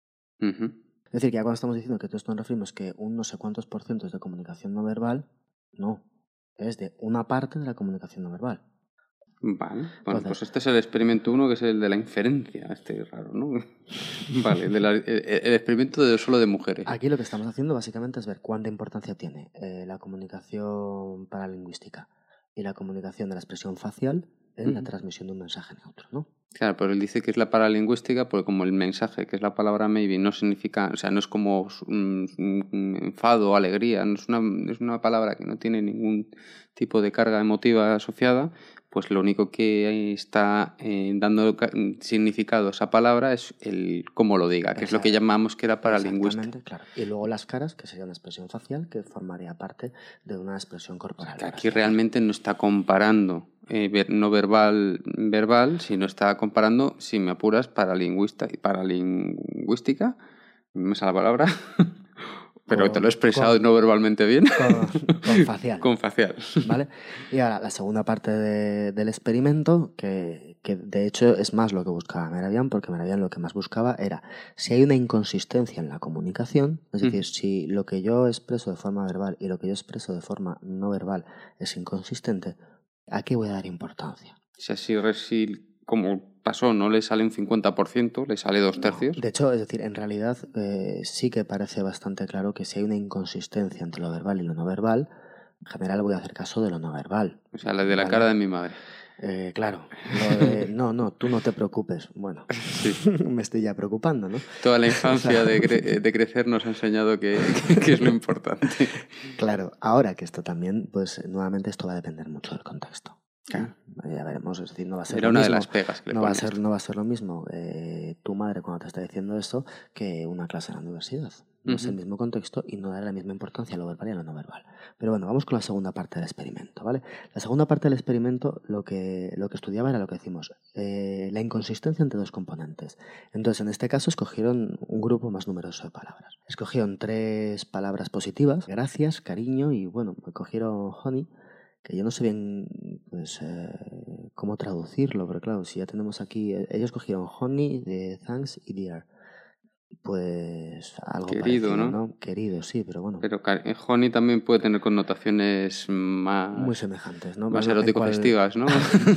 Es decir, que ya cuando estamos diciendo que todo esto nos referimos que un no sé cuántos % es de comunicación no verbal, no, es de una parte de la comunicación no verbal. Vale, bueno, pues este es el experimento 1, que es el de la inferencia, este es raro, ¿no? Vale, el experimento solo de mujeres. Aquí lo que estamos haciendo básicamente es ver cuánta importancia tiene la comunicación paralingüística y la comunicación de la expresión facial en la transmisión de un mensaje neutro, ¿no? Claro, pero él dice que es la paralingüística porque como el mensaje, que es la palabra maybe, no significa, o sea, no es como enfado o alegría, no es una palabra que no tiene ningún tipo de carga emotiva asociada, pues lo único que está dando significado a esa palabra es el cómo lo diga, que es lo que llamamos que era paralingüística. Exactamente, claro. Y luego las caras, que sería una expresión facial, que formaría parte de una expresión corporal. O sea, que aquí realmente no está comparando no verbal, sino está comparando, si me apuras, paralingüística, no me sale la palabra, pero te lo he expresado no verbalmente bien. Con facial. Con facial. ¿Vale? Y ahora, la segunda parte del experimento, que de hecho es más lo que buscaba Mehrabian, porque Mehrabian lo que más buscaba era si hay una inconsistencia en la comunicación, es decir, si lo que yo expreso de forma verbal y lo que yo expreso de forma no verbal es inconsistente, ¿a qué voy a dar importancia? O sea, si como pasó, no le sale un 50%, le sale 2/3. No. De hecho, es decir, en realidad sí que parece bastante claro que si hay una inconsistencia entre lo verbal y lo no verbal, en general voy a hacer caso de lo no verbal. O sea, la de la cara de mi madre. Claro. No, tú no te preocupes. Bueno, sí. Me estoy ya preocupando, ¿no? Toda la infancia de crecer nos ha enseñado que es lo importante. Claro, ahora que esto también, pues nuevamente esto va a depender mucho del contexto. Claro. Ya veremos, es decir, no va a ser Era lo una mismo, de las pegas que le no va a ser lo mismo tu madre cuando te está diciendo esto que una clase en la universidad. No es el mismo contexto y no dará la misma importancia a lo verbal y a lo no verbal. Pero bueno, vamos con la segunda parte del experimento, ¿vale? La segunda parte del experimento lo que estudiaba era lo que decimos, la inconsistencia entre dos componentes. Entonces, en este caso, escogieron un grupo más numeroso de palabras. Escogieron 3 palabras positivas, gracias, cariño y, bueno, cogieron honey, que yo no sé bien pues cómo traducirlo, pero claro, si ya tenemos aquí, ellos cogieron honey, thanks y dear. Pues algo Querido, parecido, ¿no? Querido, sí, pero bueno. Pero honey también puede tener connotaciones Muy más, semejantes, ¿no? más Bueno, erótico-festivas, ¿no?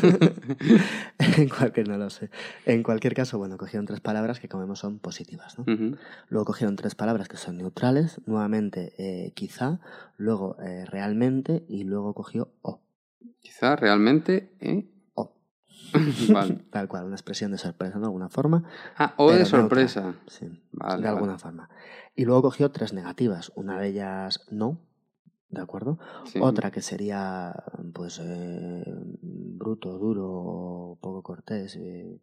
en cualquier, no lo sé. En cualquier caso, bueno, cogieron 3 palabras que como vemos son positivas, ¿no? Ujú. Luego cogieron 3 palabras que son neutrales, nuevamente quizá, luego realmente y luego cogió o. Quizá realmente, ¿eh? O. Vale. Tal cual, una expresión de sorpresa de alguna forma, Ah, o de pero sorpresa. neutra, sí, Vale, de alguna forma. Y luego cogió 3 negativas, una de ellas no, ¿de acuerdo? Sí. Otra que sería, pues, bruto, duro, poco cortés.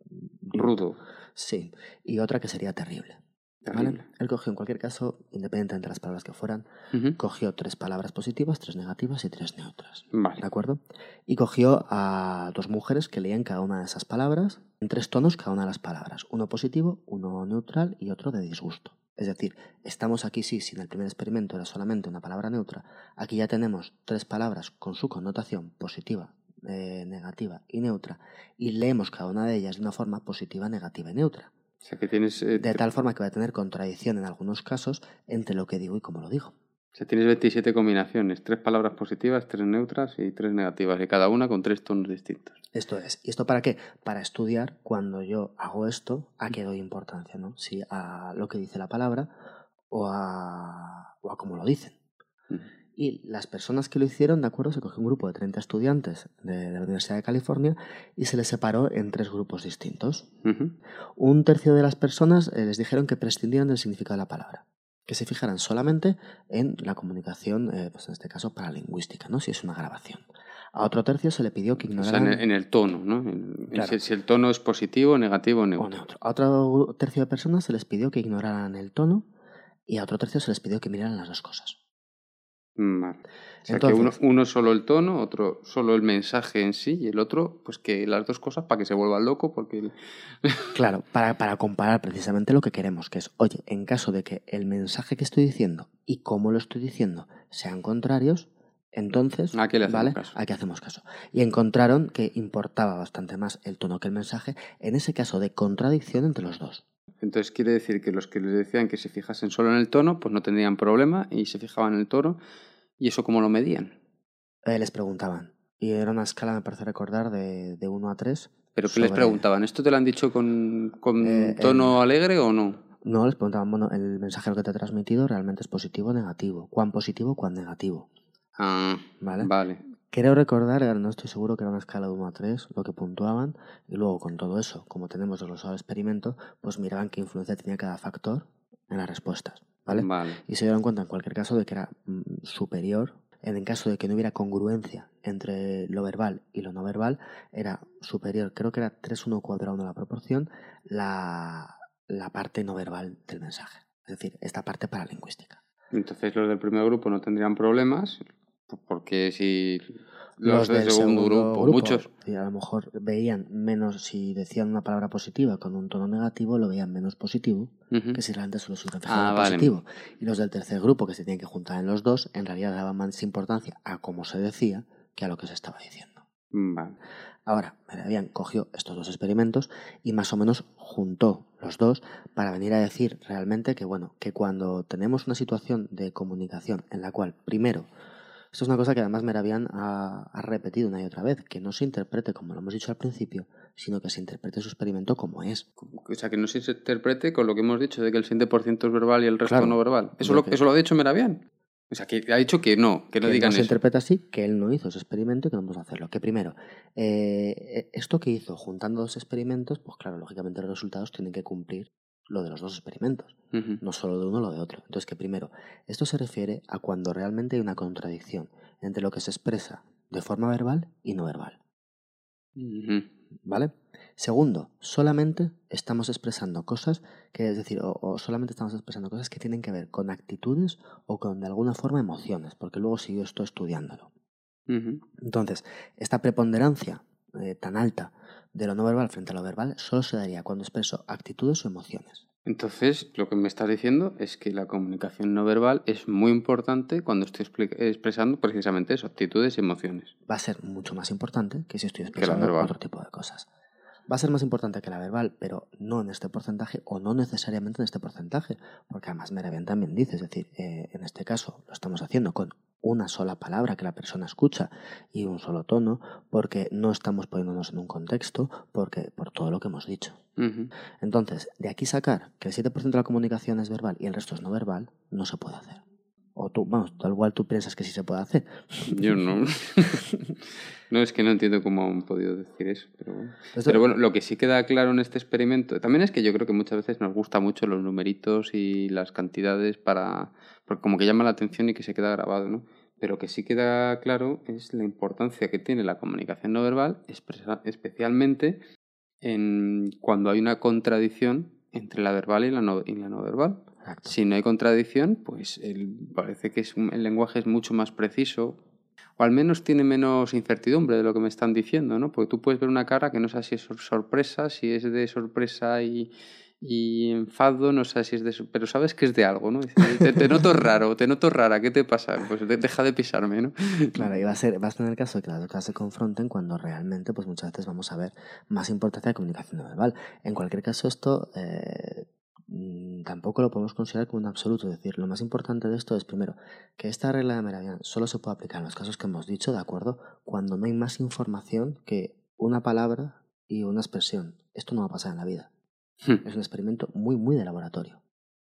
Rudo. Sí, y otra que sería terrible. Terrible. ¿Vale? Él cogió en cualquier caso, independientemente de las palabras que fueran, Ujú. cogió 3 palabras positivas, 3 negativas y 3 neutras. Vale. ¿De acuerdo? Y cogió a 2 mujeres que leían cada una de esas palabras en 3 tonos cada una de las palabras. Uno positivo, uno neutral y otro de disgusto. Es decir, estamos aquí sí, si en el primer experimento era solamente una palabra neutra, aquí ya tenemos 3 palabras con su connotación positiva, negativa y neutra, y leemos cada una de ellas de una forma positiva, negativa y neutra. O sea que tienes... De tal forma que va a tener contradicción en algunos casos entre lo que digo y cómo lo digo. O sea, tienes 27 combinaciones, 3 palabras positivas, 3 neutras y 3 negativas, y cada una con 3 tonos distintos. Esto es. ¿Y esto para qué? Para estudiar cuando yo hago esto, a qué doy importancia, ¿no? Si a lo que dice la palabra o a cómo lo dicen. Ujú. Y las personas que lo hicieron, ¿de acuerdo? Se cogió un grupo de 30 estudiantes de la Universidad de California y se les separó en 3 grupos distintos. Ujú. Un tercio de las personas les dijeron que prescindieran del significado de la palabra, que se fijaran solamente en la comunicación, pues en este caso paralingüística, ¿no? Si es una grabación. A otro tercio se le pidió que O sea, ignoraran... en el tono, ¿no? Claro. Si el tono es positivo, negativo o neutro. O neutro. A otro tercio de personas se les pidió que ignoraran el tono y a otro tercio se les pidió que miraran las 2 cosas. Vale. O sea, Entonces, que uno solo el tono, otro solo el mensaje en sí, y el otro, pues que las 2 cosas para que se vuelva loco, porque... claro, para comparar precisamente lo que queremos, que es, oye, en caso de que el mensaje que estoy diciendo y cómo lo estoy diciendo sean contrarios, entonces, ¿A qué le hacemos ¿vale? caso? ¿A qué hacemos caso? Y encontraron que importaba bastante más el tono que el mensaje en ese caso de contradicción entre los dos. Entonces quiere decir que los que les decían que se fijasen solo en el tono, pues no tendrían problema y se fijaban en el tono. ¿Y eso cómo lo medían? Les preguntaban. Y era una escala, me parece recordar, de 1 a 3. ¿Pero qué les preguntaban? ¿Esto te lo han dicho con tono alegre o no? No, les preguntaban, bueno, el mensaje que te ha transmitido realmente es positivo o negativo. ¿Cuán positivo, cuán negativo? Ah, vale. Creo recordar, no estoy seguro, que era una escala de 1 a 3 lo que puntuaban, y luego con todo eso, como tenemos desglosado el experimento, pues miraban qué influencia tenía cada factor en las respuestas, ¿vale? Y se dieron cuenta en cualquier caso de que era superior. En el caso de que no hubiera congruencia entre lo verbal y lo no verbal, era superior, creo que era 3:1 cuadrado la proporción, la parte no verbal del mensaje. Es decir, esta parte paralingüística. Entonces los del primer grupo no tendrían problemas, porque si Los del segundo grupo, muchos... y a lo mejor veían menos, si decían una palabra positiva con un tono negativo, lo veían menos positivo que si realmente solo se reflejaba positivo. Y los del tercer grupo, que se tenían que juntar en los dos, en realidad daban más importancia a cómo se decía que a lo que se estaba diciendo. Vale. Ahora, Meravian cogió estos 2 experimentos y más o menos juntó los dos para venir a decir realmente que, bueno, que cuando tenemos una situación de comunicación en la cual, primero, esto es una cosa que además Meravian ha repetido una y otra vez, que no se interprete como lo hemos dicho al principio, sino que se interprete su experimento como es. O sea, que no se interprete con lo que hemos dicho de que el 7% es verbal y el resto no verbal. ¿Eso lo ha dicho Meravian? O sea, que ha dicho que no digan eso. Que no se interpreta así, que él no hizo ese experimento y que no vamos a hacerlo. Que primero, esto que hizo juntando 2 experimentos, pues claro, lógicamente los resultados tienen que cumplir lo de los 2 experimentos, no solo de uno o lo de otro. Entonces, que primero, esto se refiere a cuando realmente hay una contradicción entre lo que se expresa de forma verbal y no verbal. ¿Vale? Segundo, solamente estamos expresando cosas que, es decir, o solamente estamos expresando cosas que tienen que ver con actitudes o con de alguna forma emociones, porque luego siguió esto estudiándolo. Entonces, esta preponderancia tan alta de lo no verbal frente a lo verbal solo se daría cuando expreso actitudes o emociones. Entonces, lo que me estás diciendo es que la comunicación no verbal es muy importante cuando estoy expresando precisamente eso, actitudes y emociones. Va a ser mucho más importante que si estoy expresando otro tipo de cosas. va a ser más importante que la verbal, pero no en este porcentaje o no necesariamente en este porcentaje, porque además Meravian también dice, es decir, en este caso lo estamos haciendo con una sola palabra que la persona escucha y un solo tono, porque no estamos poniéndonos en un contexto, porque por todo lo que hemos dicho. Uh-huh. Entonces, de aquí sacar que el 7% de la comunicación es verbal y el resto es no verbal, no se puede hacer. O tú, vamos, tal cual tú piensas que sí se puede hacer. Yo no. No, es que no entiendo cómo han podido decir eso. Pero bueno, lo que sí queda claro en este experimento también es que yo creo que muchas veces nos gusta mucho los numeritos y las cantidades porque como que llama la atención y que se queda grabado, ¿no? Pero que sí queda claro es la importancia que tiene la comunicación no verbal, especialmente cuando hay una contradicción entre la verbal y la no verbal. Exacto. Si no hay contradicción, pues parece que el lenguaje es mucho más preciso, o al menos tiene menos incertidumbre de lo que me están diciendo, ¿no? Porque tú puedes ver una cara que no sabes si es sorpresa, si es de sorpresa y enfado, no sabes si es de... Pero sabes que es de algo, ¿no? Te noto raro, te noto rara, ¿qué te pasa? Pues deja de pisarme, ¿no? Claro, y vas a tener el caso de que las dos cosas se confronten cuando realmente, pues muchas veces vamos a ver más importancia de comunicación no verbal. En cualquier caso, esto tampoco lo podemos considerar como un absoluto. Es decir, lo más importante de esto es, primero, que esta regla de Meravian solo se puede aplicar en los casos que hemos dicho, ¿de acuerdo? Cuando no hay más información que una palabra y una expresión. Esto no va a pasar en la vida. Es un experimento muy, muy de laboratorio.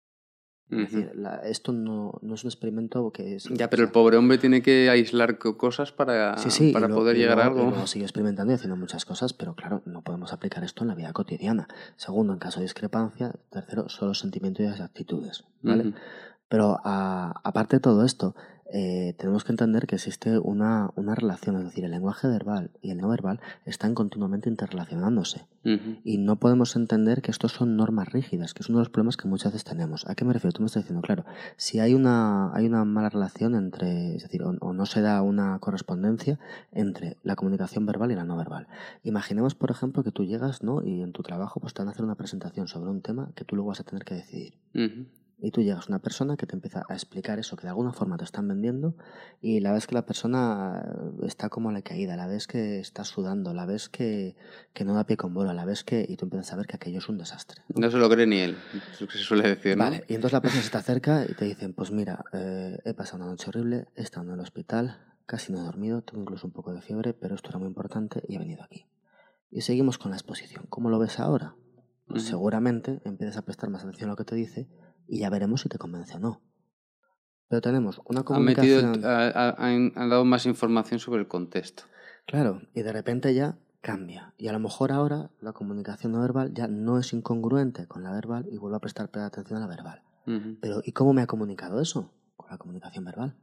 Es decir, esto no es un experimento que es... Ya, pero el pobre hombre tiene que aislar cosas para poder llegar a algo. Y luego sigue experimentando y haciendo muchas cosas, pero claro, no podemos aplicar esto en la vida cotidiana. Segundo, en caso de discrepancia. Tercero, solo sentimiento y las actitudes, ¿vale? Pero aparte de todo esto, tenemos que entender que existe una relación, es decir, el lenguaje verbal y el no verbal están continuamente interrelacionándose. Y no podemos entender que estos son normas rígidas, que es uno de los problemas que muchas veces tenemos. ¿A qué me refiero? Tú me estás diciendo, claro, si hay una mala relación entre, es decir, o no se da una correspondencia entre la comunicación verbal y la no verbal. Imaginemos, por ejemplo, que tú llegas, ¿no? Y en tu trabajo pues te van a hacer una presentación sobre un tema que tú luego vas a tener que decidir. Y tú llegas a una persona que te empieza a explicar eso que de alguna forma te están vendiendo y la ves que la persona está como a la caída, la ves que está sudando, la ves que no da pie con bola, la ves que... y tú empiezas a ver que aquello es un desastre. No se lo cree ni él, es lo que se suele decir, ¿no? Vale, y entonces la persona se te acerca y te dicen, pues mira, he pasado una noche horrible, he estado en el hospital, casi no he dormido, tengo incluso un poco de fiebre, pero esto era muy importante y he venido aquí. Y seguimos con la exposición. ¿Cómo lo ves ahora? Pues seguramente empiezas a prestar más atención a lo que te dice y ya veremos si te convence o no. Pero tenemos una comunicación... Han dado más información sobre el contexto. Claro, y de repente ya cambia. Y a lo mejor ahora la comunicación no verbal ya no es incongruente con la verbal y vuelvo a prestar atención a la verbal. Pero ¿y cómo me ha comunicado eso? Con la comunicación verbal.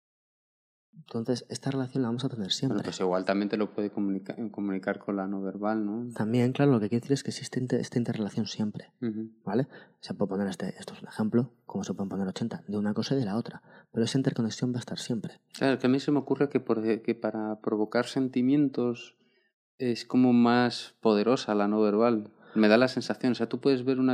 Entonces, esta relación la vamos a tener siempre. Bueno, pues igual también te lo puede comunicar con la no verbal, ¿no? También, claro, lo que quiere decir es que existe esta interrelación siempre, ¿vale? Se puede poner esto es un ejemplo, como se pueden poner 80, de una cosa y de la otra, pero esa interconexión va a estar siempre. Claro, que a mí se me ocurre que para provocar sentimientos es como más poderosa la no verbal. Me da la sensación, o sea, tú puedes ver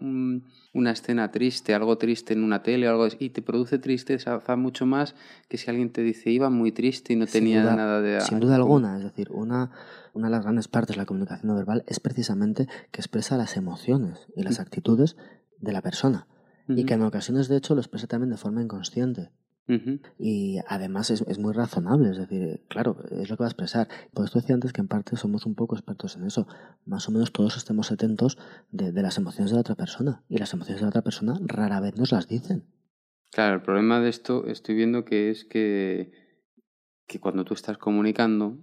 una escena triste, algo triste en una tele o algo así, y te produce tristeza mucho más que si alguien te dice iba muy triste y no tenía nada de... Sin duda alguna, es decir, una de las grandes partes de la comunicación no verbal es precisamente que expresa las emociones y las actitudes de la persona y que en ocasiones de hecho lo expresa también de forma inconsciente. Y además es muy razonable, es decir, claro, es lo que va a expresar. Por esto decía antes que en parte somos un poco expertos en eso. Más o menos todos estemos atentos de las emociones de la otra persona. Y las emociones de la otra persona rara vez nos las dicen. Claro, el problema de esto estoy viendo que es que cuando tú estás comunicando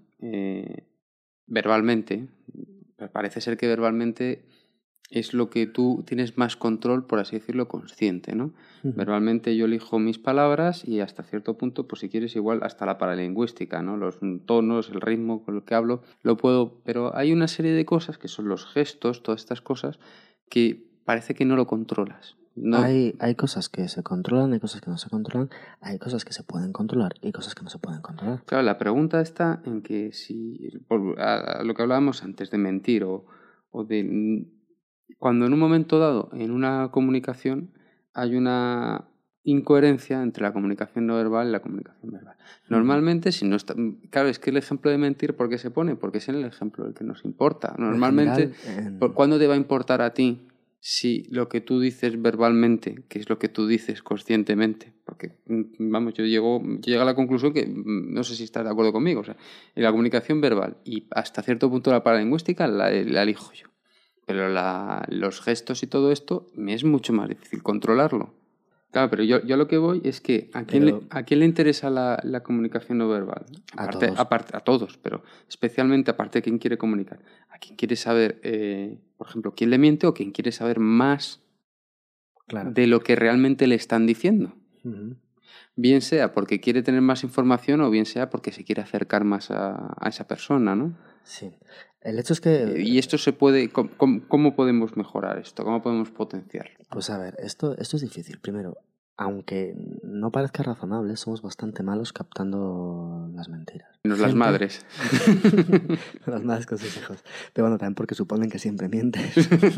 verbalmente, parece ser que verbalmente es lo que tú tienes más control, por así decirlo, consciente, ¿no? Verbalmente yo elijo mis palabras y hasta cierto punto, pues si quieres, igual hasta la paralingüística, ¿no? Los tonos, el ritmo con el que hablo, lo puedo... Pero hay una serie de cosas que son los gestos, todas estas cosas, que parece que no lo controlas. No. Hay cosas que se controlan, hay cosas que no se controlan, hay cosas que se pueden controlar y cosas que no se pueden controlar. Claro, la pregunta está en que si... A lo que hablábamos antes de mentir o de... Cuando en un momento dado, en una comunicación, hay una incoherencia entre la comunicación no verbal y la comunicación verbal. Normalmente, si no está... Claro, es que el ejemplo de mentir, ¿por qué se pone? Porque es el ejemplo el que nos importa. Normalmente, ¿cuándo te va a importar a ti si lo que tú dices verbalmente, que es lo que tú dices conscientemente? Porque, vamos, yo llego a la conclusión que, no sé si estás de acuerdo conmigo, o sea, en la comunicación verbal y hasta cierto punto la paralingüística la elijo yo. Pero los gestos y todo esto me es mucho más difícil controlarlo. Claro, pero yo a lo que voy es que ¿a quién le interesa la comunicación no verbal? A todos, pero especialmente aparte de quién quiere comunicar. A quién quiere saber, por ejemplo, quién le miente o quién quiere saber más de lo que realmente le están diciendo. Uh-huh. Bien sea porque quiere tener más información o bien sea porque se quiere acercar más a esa persona, ¿no? Sí. El hecho es que... ¿Y esto se puede... ¿Cómo podemos mejorar esto? ¿Cómo podemos potenciarlo? Pues a ver, esto es difícil. Primero, aunque no parezca razonable, somos bastante malos captando las mentiras. Menos las madres. Las madres con sus hijos. Pero bueno, también porque suponen que siempre mientes.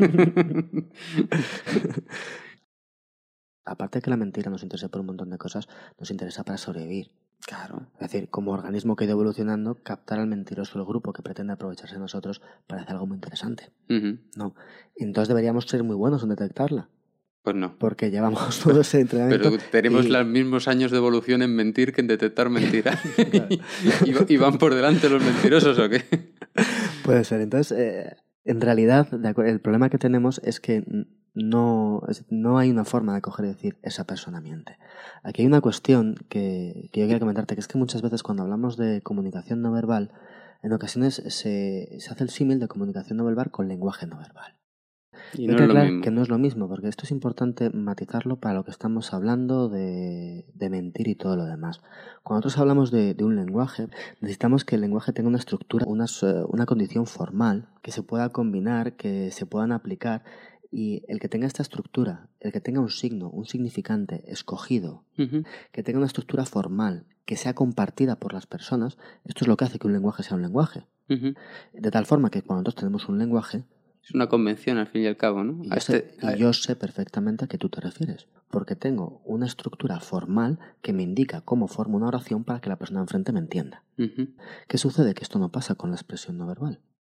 Aparte de que la mentira nos interesa por un montón de cosas, nos interesa para sobrevivir. Claro. Es decir, como organismo que ha ido evolucionando, captar al mentiroso el grupo que pretende aprovecharse de nosotros parece algo muy interesante. Uh-huh. No. Entonces deberíamos ser muy buenos en detectarla. Pues no. Porque llevamos todo ese entrenamiento. Pero tenemos los mismos años de evolución en mentir que en detectar mentiras. ¿Y van por delante los mentirosos o qué? Puede ser. Entonces, en realidad, el problema que tenemos es que no hay una forma de coger y decir esa persona miente. Aquí hay una cuestión que yo quiero comentarte, que es que muchas veces cuando hablamos de comunicación no verbal, en ocasiones se hace el símil de comunicación no verbal con lenguaje no verbal. Y no es lo mismo. Que no es lo mismo, porque esto es importante matizarlo para lo que estamos hablando de mentir y todo lo demás. Cuando nosotros hablamos de un lenguaje, necesitamos que el lenguaje tenga una estructura, una condición formal, que se pueda combinar, que se puedan aplicar, y el que tenga esta estructura, el que tenga un signo, un significante escogido, uh-huh, que tenga una estructura formal, que sea compartida por las personas, esto es lo que hace que un lenguaje sea un lenguaje. Uh-huh. De tal forma que cuando nosotros tenemos un lenguaje, es una convención, al fin y al cabo, ¿no? Yo sé perfectamente a qué tú te refieres, porque tengo una estructura formal que me indica cómo formo una oración para que la persona enfrente me entienda. Uh-huh. ¿Qué sucede? Que esto no pasa con la expresión no verbal.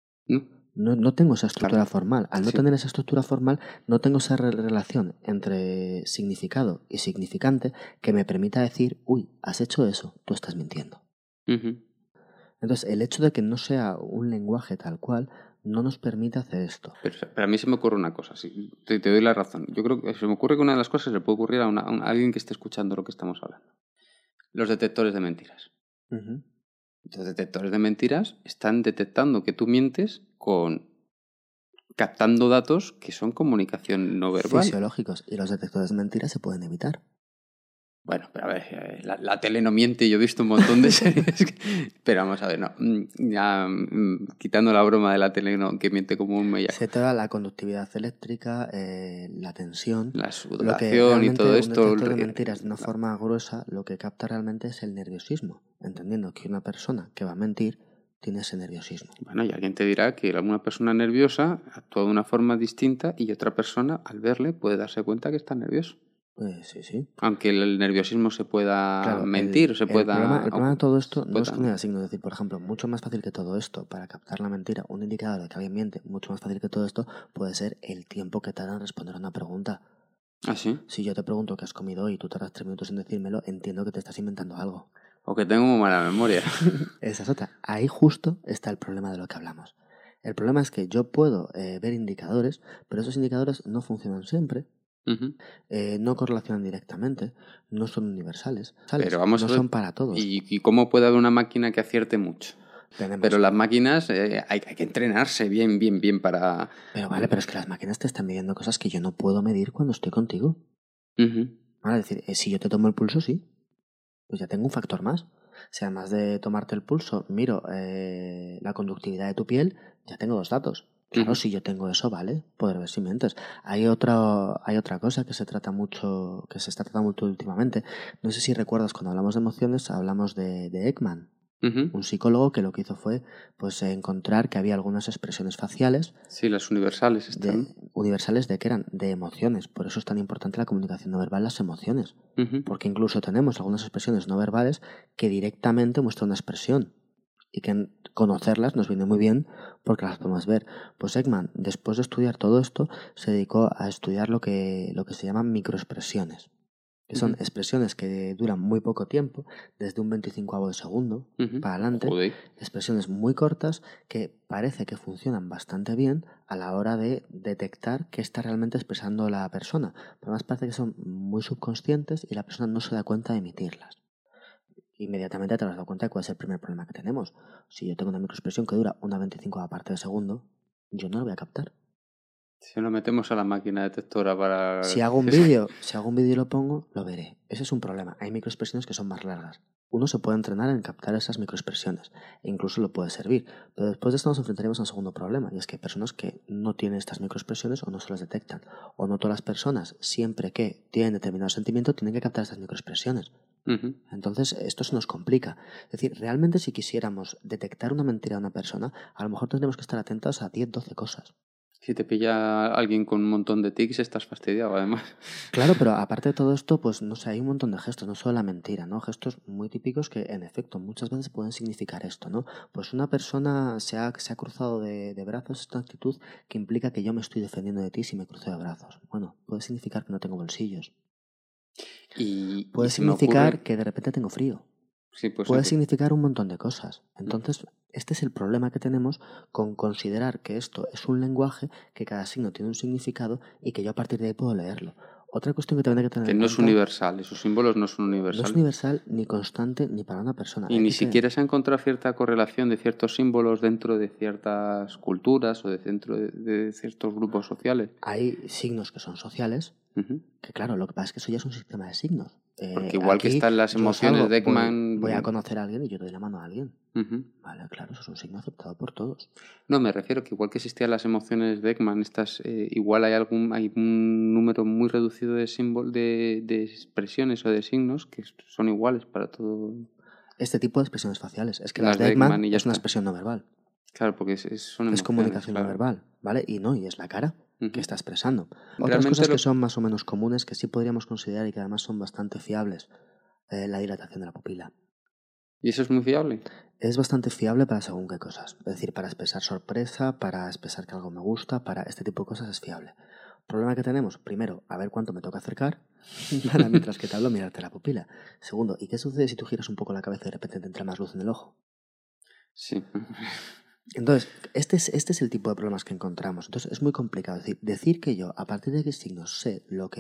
No tengo esa estructura formal. Al no tener esa estructura formal, no tengo esa relación entre significado y significante que me permita decir, uy, has hecho eso, tú estás mintiendo. Uh-huh. Entonces, el hecho de que no sea un lenguaje tal cual no nos permite hacer esto. Pero a mí se me ocurre una cosa, sí, te doy la razón. Yo creo que se me ocurre que una de las cosas le puede ocurrir a alguien que esté escuchando lo que estamos hablando. Los detectores de mentiras. Uh-huh. Los detectores de mentiras están detectando que tú mientes captando datos que son comunicación no verbal. Fisiológicos. Y los detectores de mentiras se pueden evitar. Bueno, pero a ver, la tele no miente, yo he visto un montón de series. Pero vamos a ver, no. Ya, quitando la broma de la tele que miente como un mellaco. Se trata la conductividad eléctrica, la tensión. La sudoración y todo esto. Un detector de mentiras de una forma gruesa lo que capta realmente es el nerviosismo. Entendiendo que una persona que va a mentir tiene ese nerviosismo. Bueno, y alguien te dirá que alguna persona nerviosa actúa de una forma distinta y otra persona, al verle, puede darse cuenta que está nervioso. Sí. Aunque el nerviosismo se pueda mentir, el problema de todo esto no es con el signo. Es decir, por ejemplo, mucho más fácil que todo esto, para captar la mentira, un indicador de que alguien miente, mucho más fácil que todo esto, puede ser el tiempo que tarda en responder a una pregunta. ¿Ah, sí? Si yo te pregunto qué has comido hoy y tú tardas 3 minutos en decírmelo, entiendo que te estás inventando algo. O que tengo muy mala memoria. Esa es otra. Ahí justo está el problema de lo que hablamos. El problema es que yo puedo ver indicadores, pero esos indicadores no funcionan siempre. Uh-huh. No correlacionan directamente, no son universales, pero vamos no a ver, son para todos. ¿Y cómo puede haber una máquina que acierte mucho? Pero las máquinas hay que entrenarse bien para... Pero vale, pero es que las máquinas te están midiendo cosas que yo no puedo medir cuando estoy contigo. Uh-huh. Vale, es decir, si yo te tomo el pulso, sí, pues ya tengo un factor más. Si además de tomarte el pulso miro la conductividad de tu piel, ya tengo 2 datos. Claro, si yo tengo eso, vale, poder ver si mientes. Hay otra cosa que se está tratando mucho últimamente. No sé si recuerdas, cuando hablamos de emociones, hablamos de Ekman. Un psicólogo que lo que hizo fue pues encontrar que había algunas expresiones faciales. Sí, las universales están. Universales de que eran de emociones. Por eso es tan importante la comunicación no verbal, las emociones. Porque incluso tenemos algunas expresiones no verbales que directamente muestran una expresión. Y que conocerlas nos viene muy bien porque las podemos ver. Pues Ekman, después de estudiar todo esto, se dedicó a estudiar lo que se llaman microexpresiones. Que son expresiones que duran muy poco tiempo, desde un 25avo de segundo para adelante. Joder. Expresiones muy cortas que parece que funcionan bastante bien a la hora de detectar qué está realmente expresando la persona. Pero además parece que son muy subconscientes y la persona no se da cuenta de emitirlas. Inmediatamente te has dado cuenta de cuál es el primer problema que tenemos. Si yo tengo una microexpresión que dura una 25ª parte de segundo, yo no lo voy a captar. Si lo metemos a la máquina detectora para... Si hago un vídeo y lo pongo, lo veré. Ese es un problema. Hay microexpresiones que son más largas. Uno se puede entrenar en captar esas microexpresiones e incluso lo puede servir. Pero después de esto nos enfrentaremos a un segundo problema, y es que hay personas que no tienen estas microexpresiones o no se las detectan. O no todas las personas, siempre que tienen determinado sentimiento, tienen que captar estas microexpresiones. Entonces esto se nos complica. Es decir, realmente si quisiéramos detectar una mentira de una persona, a lo mejor tendremos que estar atentos a 10, 12 cosas. Si te pilla alguien con un montón de tics, estás fastidiado, además. Claro, pero aparte de todo esto, pues no sé, hay un montón de gestos, no solo la mentira, ¿no? Gestos muy típicos que, en efecto, muchas veces pueden significar esto, ¿no? Pues una persona se ha cruzado de brazos, esta actitud que implica que yo me estoy defendiendo de ti si me cruzo de brazos. Bueno, puede significar que no tengo bolsillos. Puede significar que de repente tengo frío. Sí, puede significar un montón de cosas. Entonces, este es el problema que tenemos con considerar que esto es un lenguaje, que cada signo tiene un significado y que yo a partir de ahí puedo leerlo. Otra cuestión que también hay que tener en cuenta... Que no es universal, esos símbolos no son universales. No es universal ni constante ni para una persona. Y ni siquiera se ha encontrado cierta correlación de ciertos símbolos dentro de ciertas culturas o dentro de ciertos grupos sociales. Hay signos que son sociales, que claro, lo que pasa es que eso ya es un sistema de signos. Porque igual que están las emociones de Ekman... Voy a conocer a alguien y yo doy la mano a alguien. Vale, claro, eso es un signo aceptado por todos. No, me refiero que igual que existían las emociones de Ekman, igual hay un número muy reducido de símbolos, de expresiones o de signos que son iguales para todo. Este tipo de expresiones faciales. Es que las de Ekman es una expresión no verbal. Claro, porque son emociones, es comunicación no verbal, ¿vale? Y es la cara que está expresando. Otras cosas que son más o menos comunes, que sí podríamos considerar y que además son bastante fiables, la dilatación de la pupila. ¿Y eso es muy fiable? Es bastante fiable para según qué cosas. Es decir, para expresar sorpresa, para expresar que algo me gusta, para este tipo de cosas es fiable. Problema que tenemos, primero, a ver cuánto me toca acercar, para mientras que te hablo mirarte la pupila. Segundo, ¿y qué sucede si tú giras un poco la cabeza y de repente te entra más luz en el ojo? Sí. Entonces, este es el tipo de problemas que encontramos. Entonces, es muy complicado. Decir que yo, a partir de qué signos sé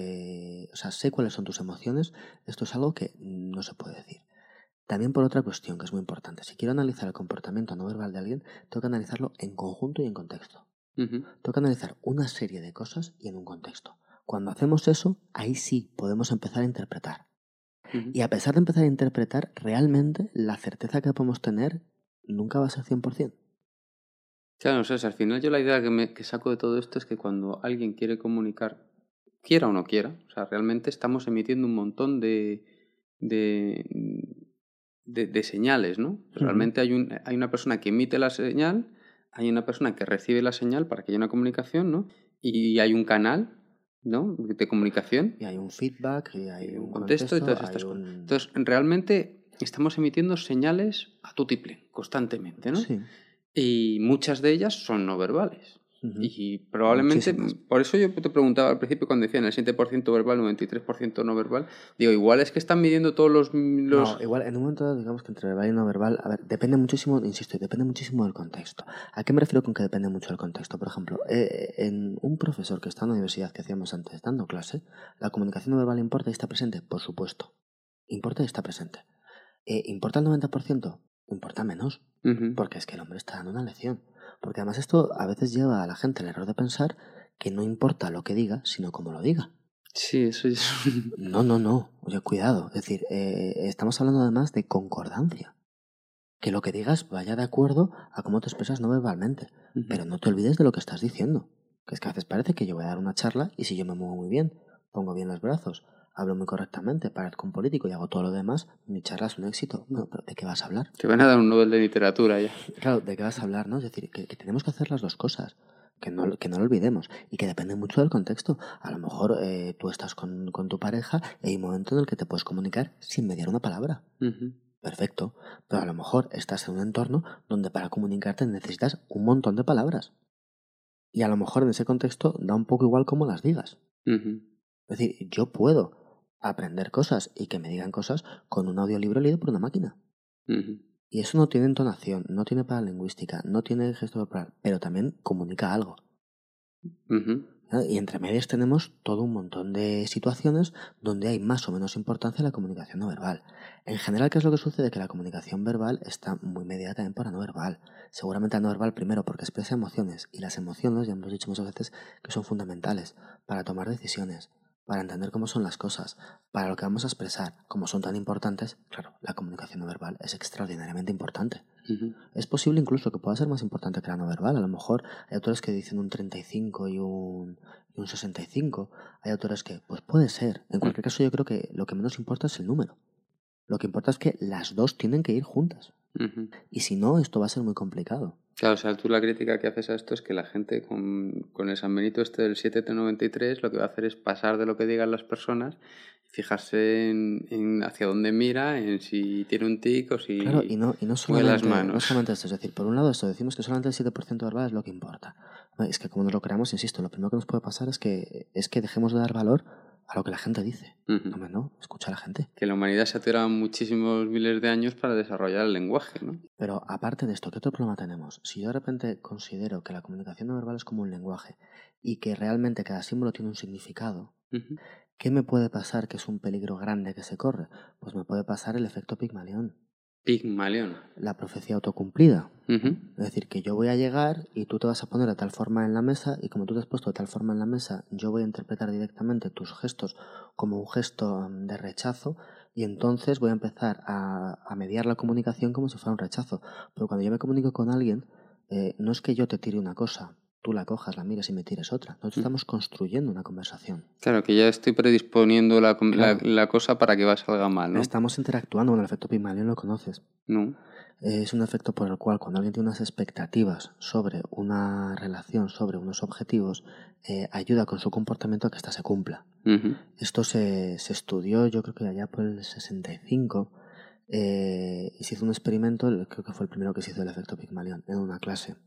sé cuáles son tus emociones, esto es algo que no se puede decir. También por otra cuestión que es muy importante. Si quiero analizar el comportamiento no verbal de alguien, tengo que analizarlo en conjunto y en contexto. Tengo que analizar una serie de cosas y en un contexto. Cuando hacemos eso, ahí sí podemos empezar a interpretar. Y a pesar de empezar a interpretar, realmente la certeza que podemos tener nunca va a ser 100%. Claro, al final yo la idea que saco de todo esto es que cuando alguien quiere comunicar, quiera o no quiera, realmente estamos emitiendo un montón de señales, ¿no? Realmente hay una persona que emite la señal, hay una persona que recibe la señal para que haya una comunicación, ¿no? Y hay un canal, ¿no?, de comunicación. Y hay un feedback, y hay un contexto y todas estas cosas. Entonces, realmente estamos emitiendo señales a tutiplén, constantemente, ¿no? Sí. Y muchas de ellas son no verbales. Y probablemente, por eso yo te preguntaba al principio cuando decían el 7% verbal, 93% no verbal, digo, igual es que están midiendo todos los... No, igual en un momento dado, digamos que entre verbal y no verbal, a ver, depende muchísimo, insisto, depende muchísimo del contexto. ¿A qué me refiero con que depende mucho del contexto? Por ejemplo, en un profesor que está en la universidad que hacíamos antes dando clase, ¿la comunicación no verbal importa y está presente? Por supuesto. Importa y está presente. ¿Importa el 90%? Importa menos, porque es que el hombre está dando una lección. Porque además esto a veces lleva a la gente al error de pensar que no importa lo que diga, sino cómo lo diga. Sí, eso es... No. Oye, cuidado. Es decir, estamos hablando además de concordancia. Que lo que digas vaya de acuerdo a cómo te expresas no verbalmente. Pero no te olvides de lo que estás diciendo. Que es que a veces parece que yo voy a dar una charla y si yo me muevo muy bien, pongo bien los brazos, hablo muy correctamente, parezco un político y hago todo lo demás, mi charla es un éxito. No, pero ¿de qué vas a hablar? Te van a dar un Nobel de literatura ya. Claro, ¿de qué vas a hablar, no? Es decir, que tenemos que hacer las dos cosas. Que no lo olvidemos. Y que depende mucho del contexto. A lo mejor tú estás con tu pareja y hay un momento en el que te puedes comunicar sin mediar una palabra. Perfecto. Pero a lo mejor estás en un entorno donde para comunicarte necesitas un montón de palabras. Y a lo mejor en ese contexto da un poco igual cómo las digas. Es decir, yo puedo aprender cosas y que me digan cosas con un audiolibro leído por una máquina. Y eso no tiene entonación, no tiene paralingüística, no tiene gesto corporal, pero también comunica algo. Y entre medias tenemos todo un montón de situaciones donde hay más o menos importancia la comunicación no verbal. En general, ¿qué es lo que sucede? Que la comunicación verbal está muy mediada también por la no verbal. Seguramente la no verbal primero porque expresa emociones, y las emociones, ya hemos dicho muchas veces, que son fundamentales para tomar decisiones, para entender cómo son las cosas, para lo que vamos a expresar, como son tan importantes. Claro, la comunicación no verbal es extraordinariamente importante. Es posible incluso que pueda ser más importante que la no verbal. A lo mejor hay autores que dicen un 35 y un 65. Hay autores que, pues puede ser. En cualquier caso, yo creo que lo que menos importa es el número. Lo que importa es que las dos tienen que ir juntas. Y si no, esto va a ser muy complicado. Claro, o sea, tú la crítica que haces a esto es que la gente con el San Benito este del 7T93 lo que va a hacer es pasar de lo que digan las personas, fijarse en hacia dónde mira, en si tiene un tic o si claro, y no mueve solamente, las manos. No solamente esto, es decir, por un lado esto, decimos que solamente el 7% verbal es lo que importa. Es que como nos lo creamos, insisto, lo primero que nos puede pasar es que dejemos de dar valor a lo que la gente dice. Hombre, no, escucha a la gente. Que la humanidad se ha tirado muchísimos miles de años para desarrollar el lenguaje, ¿no? Pero aparte de esto, ¿qué otro problema tenemos? Si yo de repente considero que la comunicación no verbal es como un lenguaje y que realmente cada símbolo tiene un significado, ¿qué me puede pasar que es un peligro grande que se corre? Pues me puede pasar el efecto Pigmalión. Pigmalión. La profecía autocumplida. Es decir, que yo voy a llegar y tú te vas a poner de tal forma en la mesa, y como tú te has puesto de tal forma en la mesa, yo voy a interpretar directamente tus gestos como un gesto de rechazo, y entonces voy a empezar a mediar la comunicación como si fuera un rechazo. Pero cuando yo me comunico con alguien, no es que yo te tire una cosa, tú la cojas, la mires y me tires otra. Nosotros estamos construyendo una conversación. Claro, que ya estoy predisponiendo la cosa para que salga mal, ¿no? Estamos interactuando con el efecto Pigmalión, ¿lo conoces? No. Es un efecto por el cual cuando alguien tiene unas expectativas sobre una relación, sobre unos objetivos, ayuda con su comportamiento a que ésta se cumpla. Esto se estudió, yo creo que allá por el 65, y se hizo un experimento, creo que fue el primero que se hizo el efecto Pigmalión, en una clase.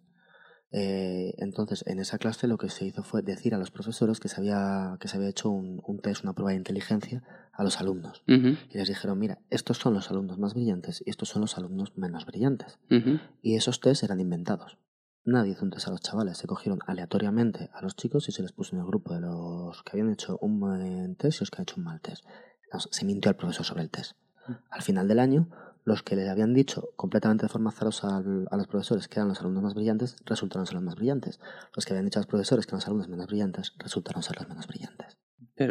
Entonces, en esa clase lo que se hizo fue decir a los profesores que se había hecho un test, una prueba de inteligencia a los alumnos. Y les dijeron, mira, estos son los alumnos más brillantes y estos son los alumnos menos brillantes. Y esos test eran inventados. Nadie hizo un test a los chavales. Se cogieron aleatoriamente a los chicos y se les puso en el grupo de los que habían hecho un buen test y los que habían hecho un mal test. Se mintió al profesor sobre el test. Al final del año, los que le habían dicho completamente de forma azarosa a los profesores que eran los alumnos más brillantes, resultaron ser los más brillantes. Los que habían dicho a los profesores que eran los alumnos menos brillantes, resultaron ser los menos brillantes. Pero,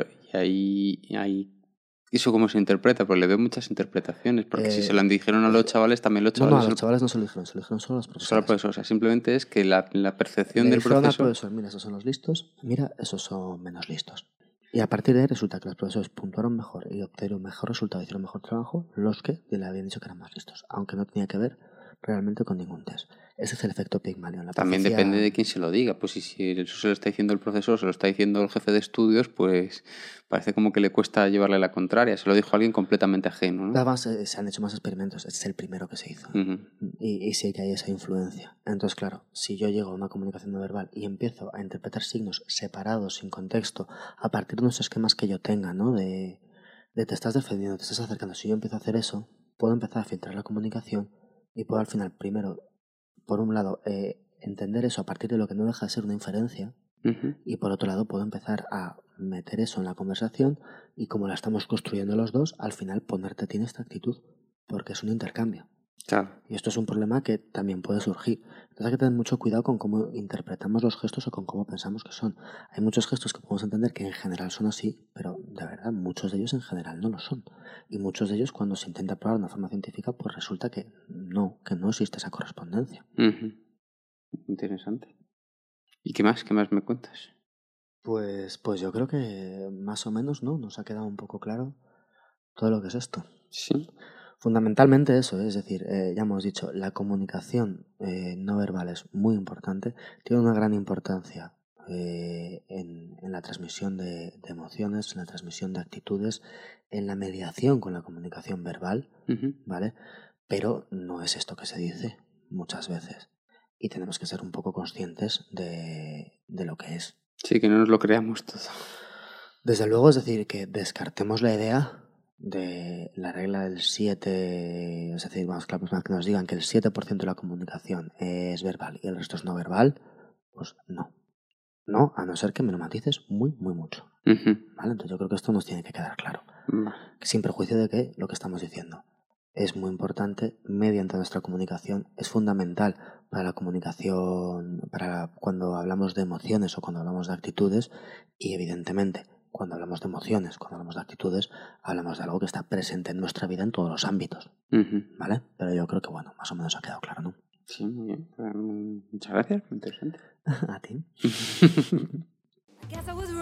¿y ahí eso cómo se interpreta? Porque le veo muchas interpretaciones. Porque si se lo dijeron a los chavales, también los chavales... No, a los chavales no se lo dijeron solo a los profesores. Solo a los profesores. O sea, simplemente es que la percepción del profesor... profesor... al profesor, mira, esos son los listos, mira, esos son menos listos. Y a partir de ahí resulta que los profesores puntuaron mejor y obtuvieron mejor resultado, hicieron mejor trabajo los que le habían dicho que eran más listos, aunque no tenía que ver realmente con ningún test. Ese es el efecto Pigmalión. También depende de quién se lo diga. Pues si eso se lo está diciendo el profesor, se lo está diciendo el jefe de estudios, pues parece como que le cuesta llevarle la contraria. Se lo dijo alguien completamente ajeno, ¿no? Además, se han hecho más experimentos. Este es el primero que se hizo. Y sí que hay esa influencia. Entonces, claro, si yo llego a una comunicación no verbal y empiezo a interpretar signos separados, sin contexto, a partir de unos esquemas que yo tenga, ¿no? De te estás defendiendo, te estás acercando. Si yo empiezo a hacer eso, puedo empezar a filtrar la comunicación y puedo al final, primero, por un lado, entender eso a partir de lo que no deja de ser una inferencia, y por otro lado puedo empezar a meter eso en la conversación y como la estamos construyendo los dos, al final ponerte a ti en esta actitud, porque es un intercambio. Claro. Y esto es un problema que también puede surgir. Entonces hay que tener mucho cuidado con cómo interpretamos los gestos o con cómo pensamos que son. Hay muchos gestos que podemos entender que en general son así, pero de verdad muchos de ellos en general no lo son. Y muchos de ellos cuando se intenta probar de una forma científica, pues resulta que no existe esa correspondencia. Interesante. ¿Y qué más? ¿Qué más me cuentas? Pues yo creo que más o menos, ¿no? Nos ha quedado un poco claro todo lo que es esto. Sí. Fundamentalmente eso, es decir, ya hemos dicho, la comunicación no verbal es muy importante, tiene una gran importancia en la transmisión de emociones, en la transmisión de actitudes, en la mediación con la comunicación verbal, ¿vale? Pero no es esto que se dice muchas veces y tenemos que ser un poco conscientes de lo que es. Sí, que no nos lo creamos todo. Desde luego, es decir, que descartemos la idea de la regla del 7, es decir, vamos, claro, que nos digan que el 7% de la comunicación es verbal y el resto es no verbal, pues no. No, a no ser que me lo matices muy, muy mucho. ¿Vale? Entonces yo creo que esto nos tiene que quedar claro. Sin perjuicio de que lo que estamos diciendo es muy importante mediante nuestra comunicación, es fundamental para la comunicación, para cuando hablamos de emociones o cuando hablamos de actitudes y evidentemente cuando hablamos de emociones, cuando hablamos de actitudes, hablamos de algo que está presente en nuestra vida en todos los ámbitos, ¿vale? Pero yo creo que, bueno, más o menos ha quedado claro, ¿no? Sí, muy bien. Muchas gracias, muy interesante. A ti.